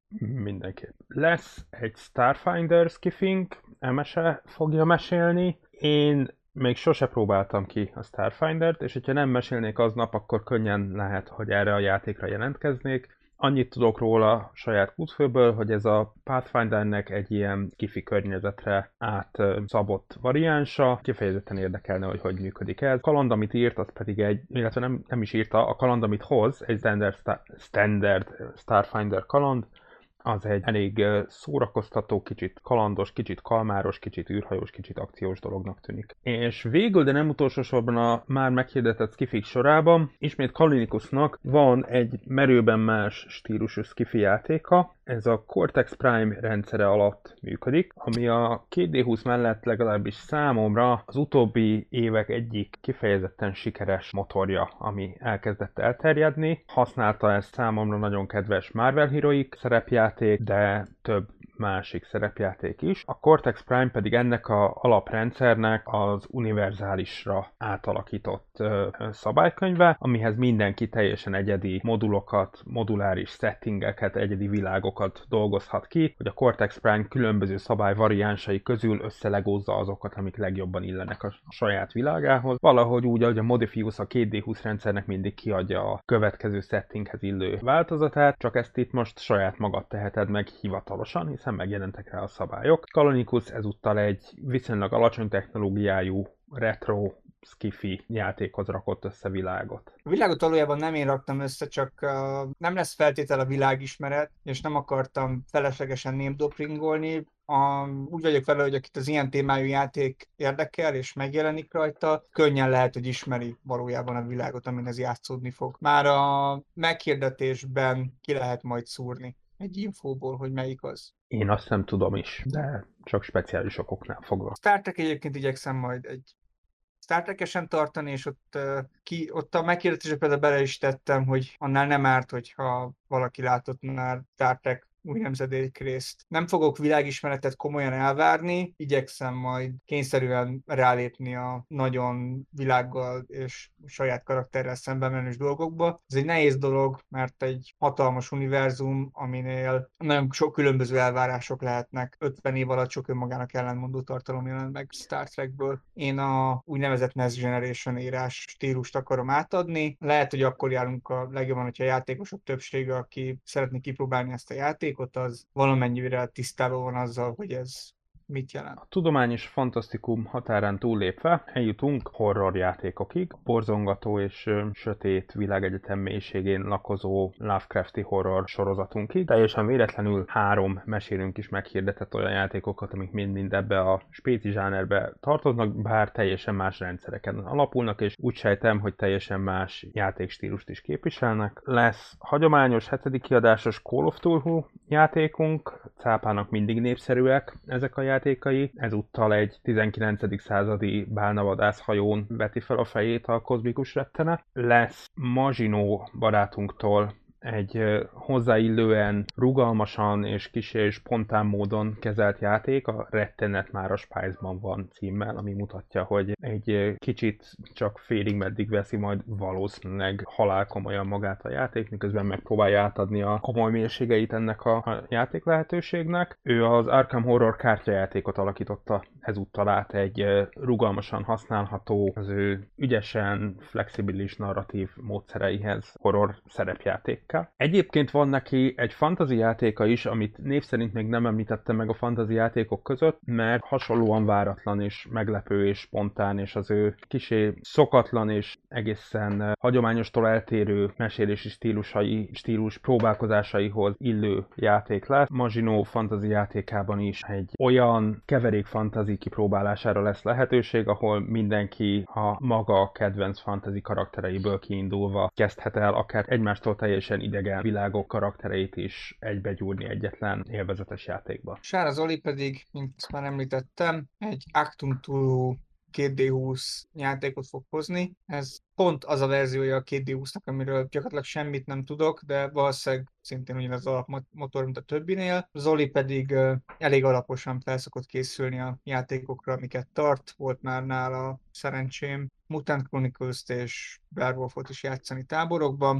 Mindenki. Lesz egy Starfinder skiffing, Emese fogja mesélni. Én még sose próbáltam ki a Starfindert, és hogyha nem mesélnék aznap, akkor könnyen lehet, hogy erre a játékra jelentkeznék. Annyit tudok róla saját kútfőből, hogy ez a Pathfindernek egy ilyen skifi környezetre átszabott variánsa. Kifejezetten érdekelne, hogy hogy működik ez. A kaland, amit írt, az pedig egy, illetve nem, nem is írta, a kaland, amit hoz, egy standard, standard Starfinder kaland, az egy elég szórakoztató, kicsit kalandos, kicsit kalmáros, kicsit űrhajós, kicsit akciós dolognak tűnik. És végül, de nem utolsó sorban a már meghirdetett skifik sorában, ismét Kalinikusnak van egy merőben más stílusú skifi játéka. Ez a Cortex Prime rendszere alatt működik, ami a két dé húsz mellett legalábbis számomra az utóbbi évek egyik kifejezetten sikeres motorja, ami elkezdett elterjedni. Használta ezt számomra nagyon kedves Marvel Heroic szerepjáték, de több másik szerepjáték is. A Cortex Prime pedig ennek a alaprendszernek az univerzálisra átalakított ö, szabálykönyve, amihez mindenki teljesen egyedi modulokat, moduláris settingeket, egyedi világokat dolgozhat ki, hogy a Cortex Prime különböző szabályvariánsai közül összelegózza azokat, amik legjobban illenek a saját világához. Valahogy úgy, ahogy a Modifius a két dé húsz rendszernek mindig kiadja a következő settinghez illő változatát, csak ezt itt most saját magad teheted meg hivatalosan, hiszen megjelentek rá a szabályok. Kalonikus ezúttal egy viszonylag alacsony technológiájú retro skifi játékhoz rakott össze világot. A világot valójában nem én raktam össze, csak uh, nem lesz feltétel a világismeret, és nem akartam feleslegesen némdopringolni. A, úgy vagyok vele, hogy akit az ilyen témájú játék érdekel, és megjelenik rajta, könnyen lehet, hogy ismeri valójában a világot, amin ez játszódni fog. Már a meghirdetésben ki lehet majd szúrni egy infóból, hogy melyik az. Én azt nem tudom is, de csak speciális okoknál fogva. Star Trek egyébként igyekszem majd egy Star Trek-esen tartani, és ott, uh, ki, ott a megkérdetésre például bele is tettem, hogy annál nem árt, hogyha valaki látott már Star Trek új nemzedék részt. Nem fogok világismeretet komolyan elvárni, igyekszem majd kényszerűen rálépni a nagyon világgal és saját karakterrel szemben menős dolgokba. Ez egy nehéz dolog, mert egy hatalmas univerzum, aminél nagyon sok különböző elvárások lehetnek. ötven év alatt sok önmagának ellenmondó tartalom jelent meg Star Trekből. Én a úgynevezett Next Generation írás stílust akarom átadni. Lehet, hogy akkor járunk a legjobban, hogyha a játékosok többsége, aki szeretné kipróbálni ezt a játékot, az valamennyire tisztában van azzal, hogy ez mit jelent. A tudomány és fantasztikum határán túllépve eljutunk horror játékokig. Borzongató és ö, sötét világegyetem mélységén lakozó Lovecrafti horror sorozatunkig. Teljesen véletlenül három mesélünk is meghirdetett olyan játékokat, amik mind-mind ebbe a spéci zsánerbe tartoznak, bár teljesen más rendszereken alapulnak, és úgy sejtem, hogy teljesen más játékstílust is képviselnek. Lesz hagyományos hetedik kiadásos Call of Cthulhu játékunk, cápának mindig népszerűek ezek a játékai. Ezúttal egy tizenkilencedik századi bálnavadászhajón veti fel a fejét a kozmikus rettene. Lesz Maginot barátunktól egy hozzáillően rugalmasan és kissé spontán módon kezelt játék, a Rettenet már a Spice-ban van címmel, ami mutatja, hogy egy kicsit csak félig meddig veszi majd valószínűleg halálkomolyan magát a játék, miközben megpróbálja átadni a komoly mélységeit ennek a, a játék lehetőségnek. Ő az Arkham Horror kártyajátékot alakította ezúttal át egy rugalmasan használható, az ő ügyesen, flexibilis narratív módszereihez horror szerepjátékkel. Egyébként van neki egy fantasy játéka is, amit név szerint még nem említettem meg a fantasy játékok között, mert hasonlóan váratlan és meglepő és spontán, és az ő kisé szokatlan és egészen hagyományostól eltérő mesélési stílusai, stílus próbálkozásaihoz illő játék lesz. Maginot fantasy játékában is egy olyan keverék fantasy kipróbálására lesz lehetőség, ahol mindenki a maga kedvenc fantasy karaktereiből kiindulva kezdhet el akár egymástól teljesen idegen világok karaktereit is egybegyúrni egyetlen élvezetes játékba. Sára Zoli pedig, mint már említettem, egy Actum Toulouse két dé húsz játékot fog hozni. Ez pont az a verziója a két dé húsznak, amiről gyakorlatilag semmit nem tudok, de valószínűleg szintén ugyanaz az alapmotor, mint a többinél. Zoli pedig uh, elég alaposan felszokott készülni a játékokra, amiket tart. Volt már nála szerencsém Mutant Chronicles-t és Werewolfot is játszani táborokban.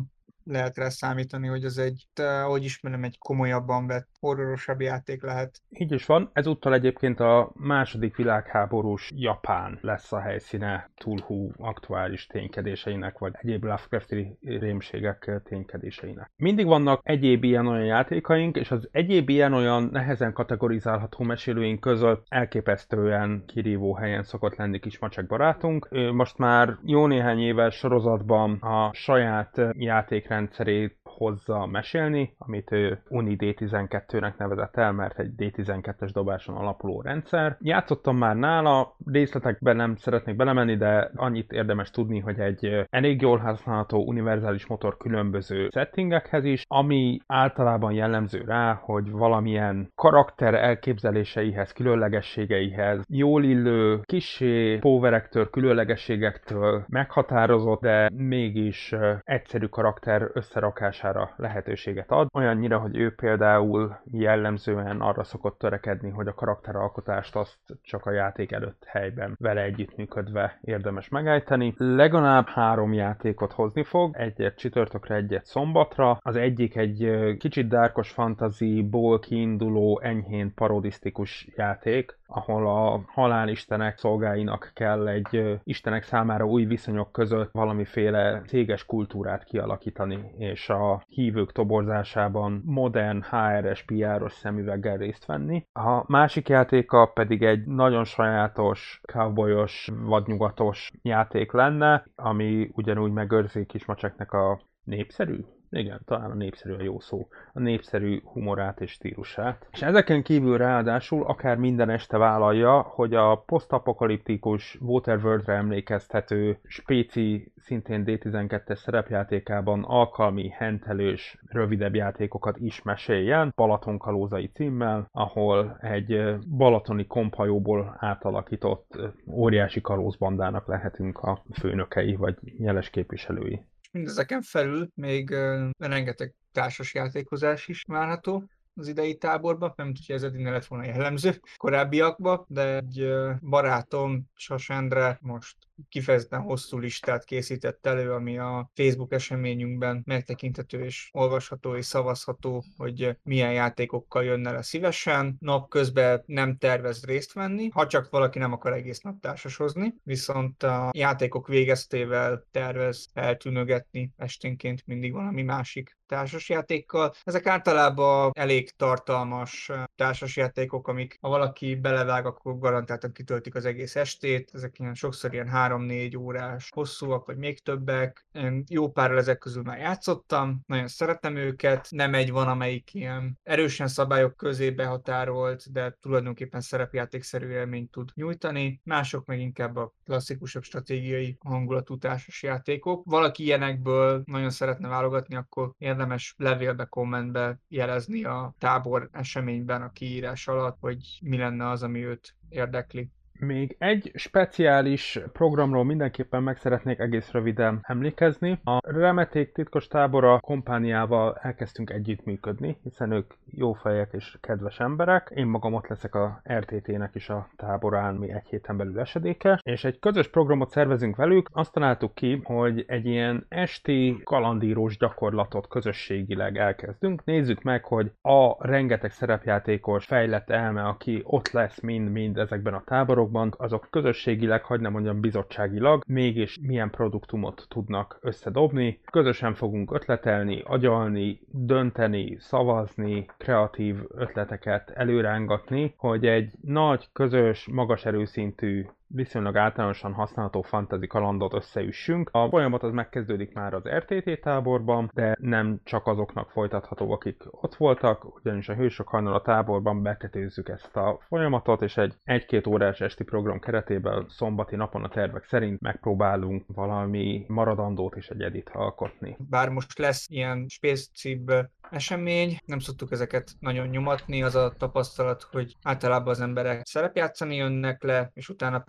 lehet rá számítani, hogy az egy, te, ahogy ismerem, egy komolyabban vett, horrorosabb játék lehet. Így is van. Ezúttal egyébként a második világháborús Japán lesz a helyszíne Cthulhu aktuális ténykedéseinek, vagy egyéb Lovecrafti rémségek ténykedéseinek. Mindig vannak egyéb ilyen-olyan játékaink, és az egyéb ilyen-olyan nehezen kategorizálható mesélőink között elképesztően kirívó helyen szokott lenni Kismacsek barátunk. Ő most már jó néhány éves sorozatban a saját játékrendszerét hozza mesélni, amit ő Uni dé tizenkettőnek nevezett el, mert egy dé tizenkettes dobáson alapuló rendszer. Játszottam már nála, részletekben nem szeretnék belemenni, de annyit érdemes tudni, hogy egy elég jól használható univerzális motor különböző settingekhez is, ami általában jellemző rá, hogy valamilyen karakter elképzeléseihez, különlegességeihez, jól illő, kissé powerektől, különlegességektől meghatározott, de mégis egyszerű karakter összerakására lehetőséget ad. Olyannyira, hogy ő például jellemzően arra szokott törekedni, hogy a karakteralkotást azt csak a játék előtt helyben vele együttműködve érdemes megejteni. Legalább három játékot hozni fog, egyet csütörtökre, egyet szombatra. Az egyik egy kicsit dárkos fantasyból kiinduló, enyhén parodisztikus játék, ahol a halálistenek szolgáinak kell egy istenek számára új viszonyok között valamiféle céges kultúrát kialakítani, és a hívők toborzásában modern há er-es, pé er-os szemüveggel részt venni. A másik játéka pedig egy nagyon sajátos, cowboyos, vadnyugatos játék lenne, ami ugyanúgy megőrzi Kismacseknek a népszerű? Igen, talán a népszerű a jó szó. A népszerű humorát és stílusát. És ezeken kívül ráadásul akár minden este vállalja, hogy a posztapokaliptikus Waterworld-re emlékeztető spéci, szintén dé tizenkettes szerepjátékában alkalmi, hentelős, rövidebb játékokat is meséljen, Balatonkalózai címmel, ahol egy balatoni komphajóból átalakított óriási kalózbandának lehetünk a főnökei vagy jeles képviselői. Mindezeken felül még uh, rengeteg társas játékozás is várható az idei táborban, nem tudja, ez eddig ne lett volna jellemző korábbiakban, de egy uh, barátom, Sas Endre most kifejezetten hosszú listát készített elő, ami a Facebook eseményünkben megtekinthető és olvasható és szavazható, hogy milyen játékokkal jönne le szívesen. Napközben nem tervez részt venni, ha csak valaki nem akar egész nap társasozni, viszont a játékok végeztével tervez eltűnögetni esténként mindig valami másik társasjátékkal. Ezek általában elég tartalmas társasjátékok, amik ha valaki belevág, akkor garantáltan kitöltik az egész estét. Ezek ilyen sokszor ilyen három-négy órás hosszúak, vagy még többek. Én jó párral ezek közül már játszottam, nagyon szeretem őket. Nem egy van, amelyik ilyen erősen szabályok közé behatárolt, de tulajdonképpen szerepjátékszerű élményt tud nyújtani. Mások meg inkább a klasszikusabb stratégiai hangulatú társas játékok. Valaki ilyenekből nagyon szeretne válogatni, akkor érdemes levélbe, kommentbe jelezni a tábor eseményben a kiírás alatt, hogy mi lenne az, ami őt érdekli. Még egy speciális programról mindenképpen meg szeretnék egész röviden emlékezni. A Remeték titkos tábora kompániával elkezdtünk együttműködni, hiszen ők jó fejek és kedves emberek. Én magam ott leszek a er té té-nek is a táborán, mi egy héten belül esedékes, és egy közös programot szervezünk velük. Azt találtuk ki, hogy egy ilyen esti kalandírós gyakorlatot közösségileg elkezdünk. Nézzük meg, hogy a rengeteg szerepjátékos fejlett elme, aki ott lesz mind-mind ezekben a táborokban, azok közösségileg, hadd nem mondjam bizottságilag, mégis milyen produktumot tudnak összedobni. Közösen fogunk ötletelni, agyalni, dönteni, szavazni, kreatív ötleteket előrángatni, hogy egy nagy, közös, magas erőszintű, viszonylag általánosan használható fantasy kalandot összeüssünk. A folyamat az megkezdődik már az er té té táborban, de nem csak azoknak folytatható, akik ott voltak, ugyanis a Hősök Hajnala táborban betetőzzük ezt a folyamatot, és egy egy-két órás esti program keretében szombati napon a tervek szerint megpróbálunk valami maradandót és egyedit alkotni. Bár most lesz ilyen spécibb esemény, nem szoktuk ezeket nagyon nyomatni, az a tapasztalat, hogy általában az emberek szerepjátszani jönnek le, és utána pedig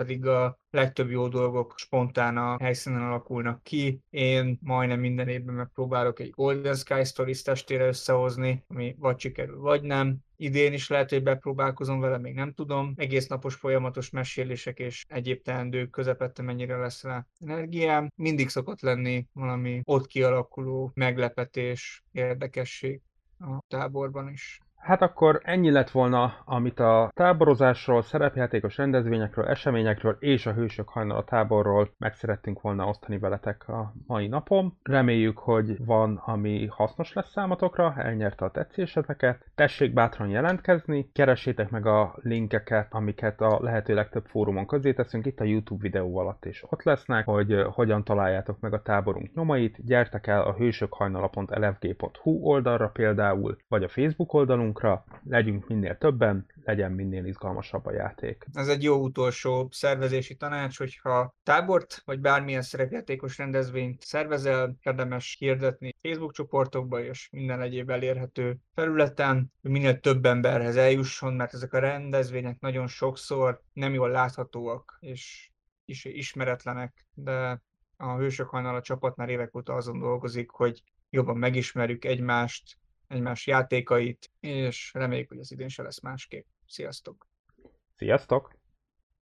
pedig a legtöbb jó dolgok spontán a helyszínen alakulnak ki. Én majdnem minden évben megpróbálok egy Golden Sky Stories testére összehozni, ami vagy sikerül, vagy nem. Idén is lehet, hogy bepróbálkozom vele, még nem tudom. Egész napos folyamatos mesélések és egyéb teendők közepette mennyire lesz rá energiám. Mindig szokott lenni valami ott kialakuló meglepetés, érdekesség a táborban is. Hát akkor ennyi lett volna, amit a táborozásról, szerepjátékos rendezvényekről, eseményekről és a Hősök Hajnala táborról meg szerettünk volna osztani veletek a mai napon. Reméljük, hogy van, ami hasznos lesz számotokra, elnyerte a tetszéseteket. Tessék bátran jelentkezni, keressétek meg a linkeket, amiket a lehető legtöbb fórumon közé teszünk, itt a YouTube videó alatt is ott lesznek, hogy hogyan találjátok meg a táborunk nyomait. Gyertek el a hősökhajnala pont el ef gé pont hú oldalra például, vagy a Facebook oldalunk, legyünk minél többen, legyen minél izgalmasabb a játék. Ez egy jó utolsó szervezési tanács, hogyha tábort vagy bármilyen szerepjátékos rendezvényt szervezel, érdemes hirdetni Facebook csoportokba és minden egyéb elérhető felületen, hogy minél több emberhez eljusson, mert ezek a rendezvények nagyon sokszor nem jól láthatóak és is ismeretlenek, de a Hősök Hajnala csapat már évek óta azon dolgozik, hogy jobban megismerjük egymást, egymás játékait, és reméljük, hogy az idén se lesz másképp. Sziasztok! Sziasztok!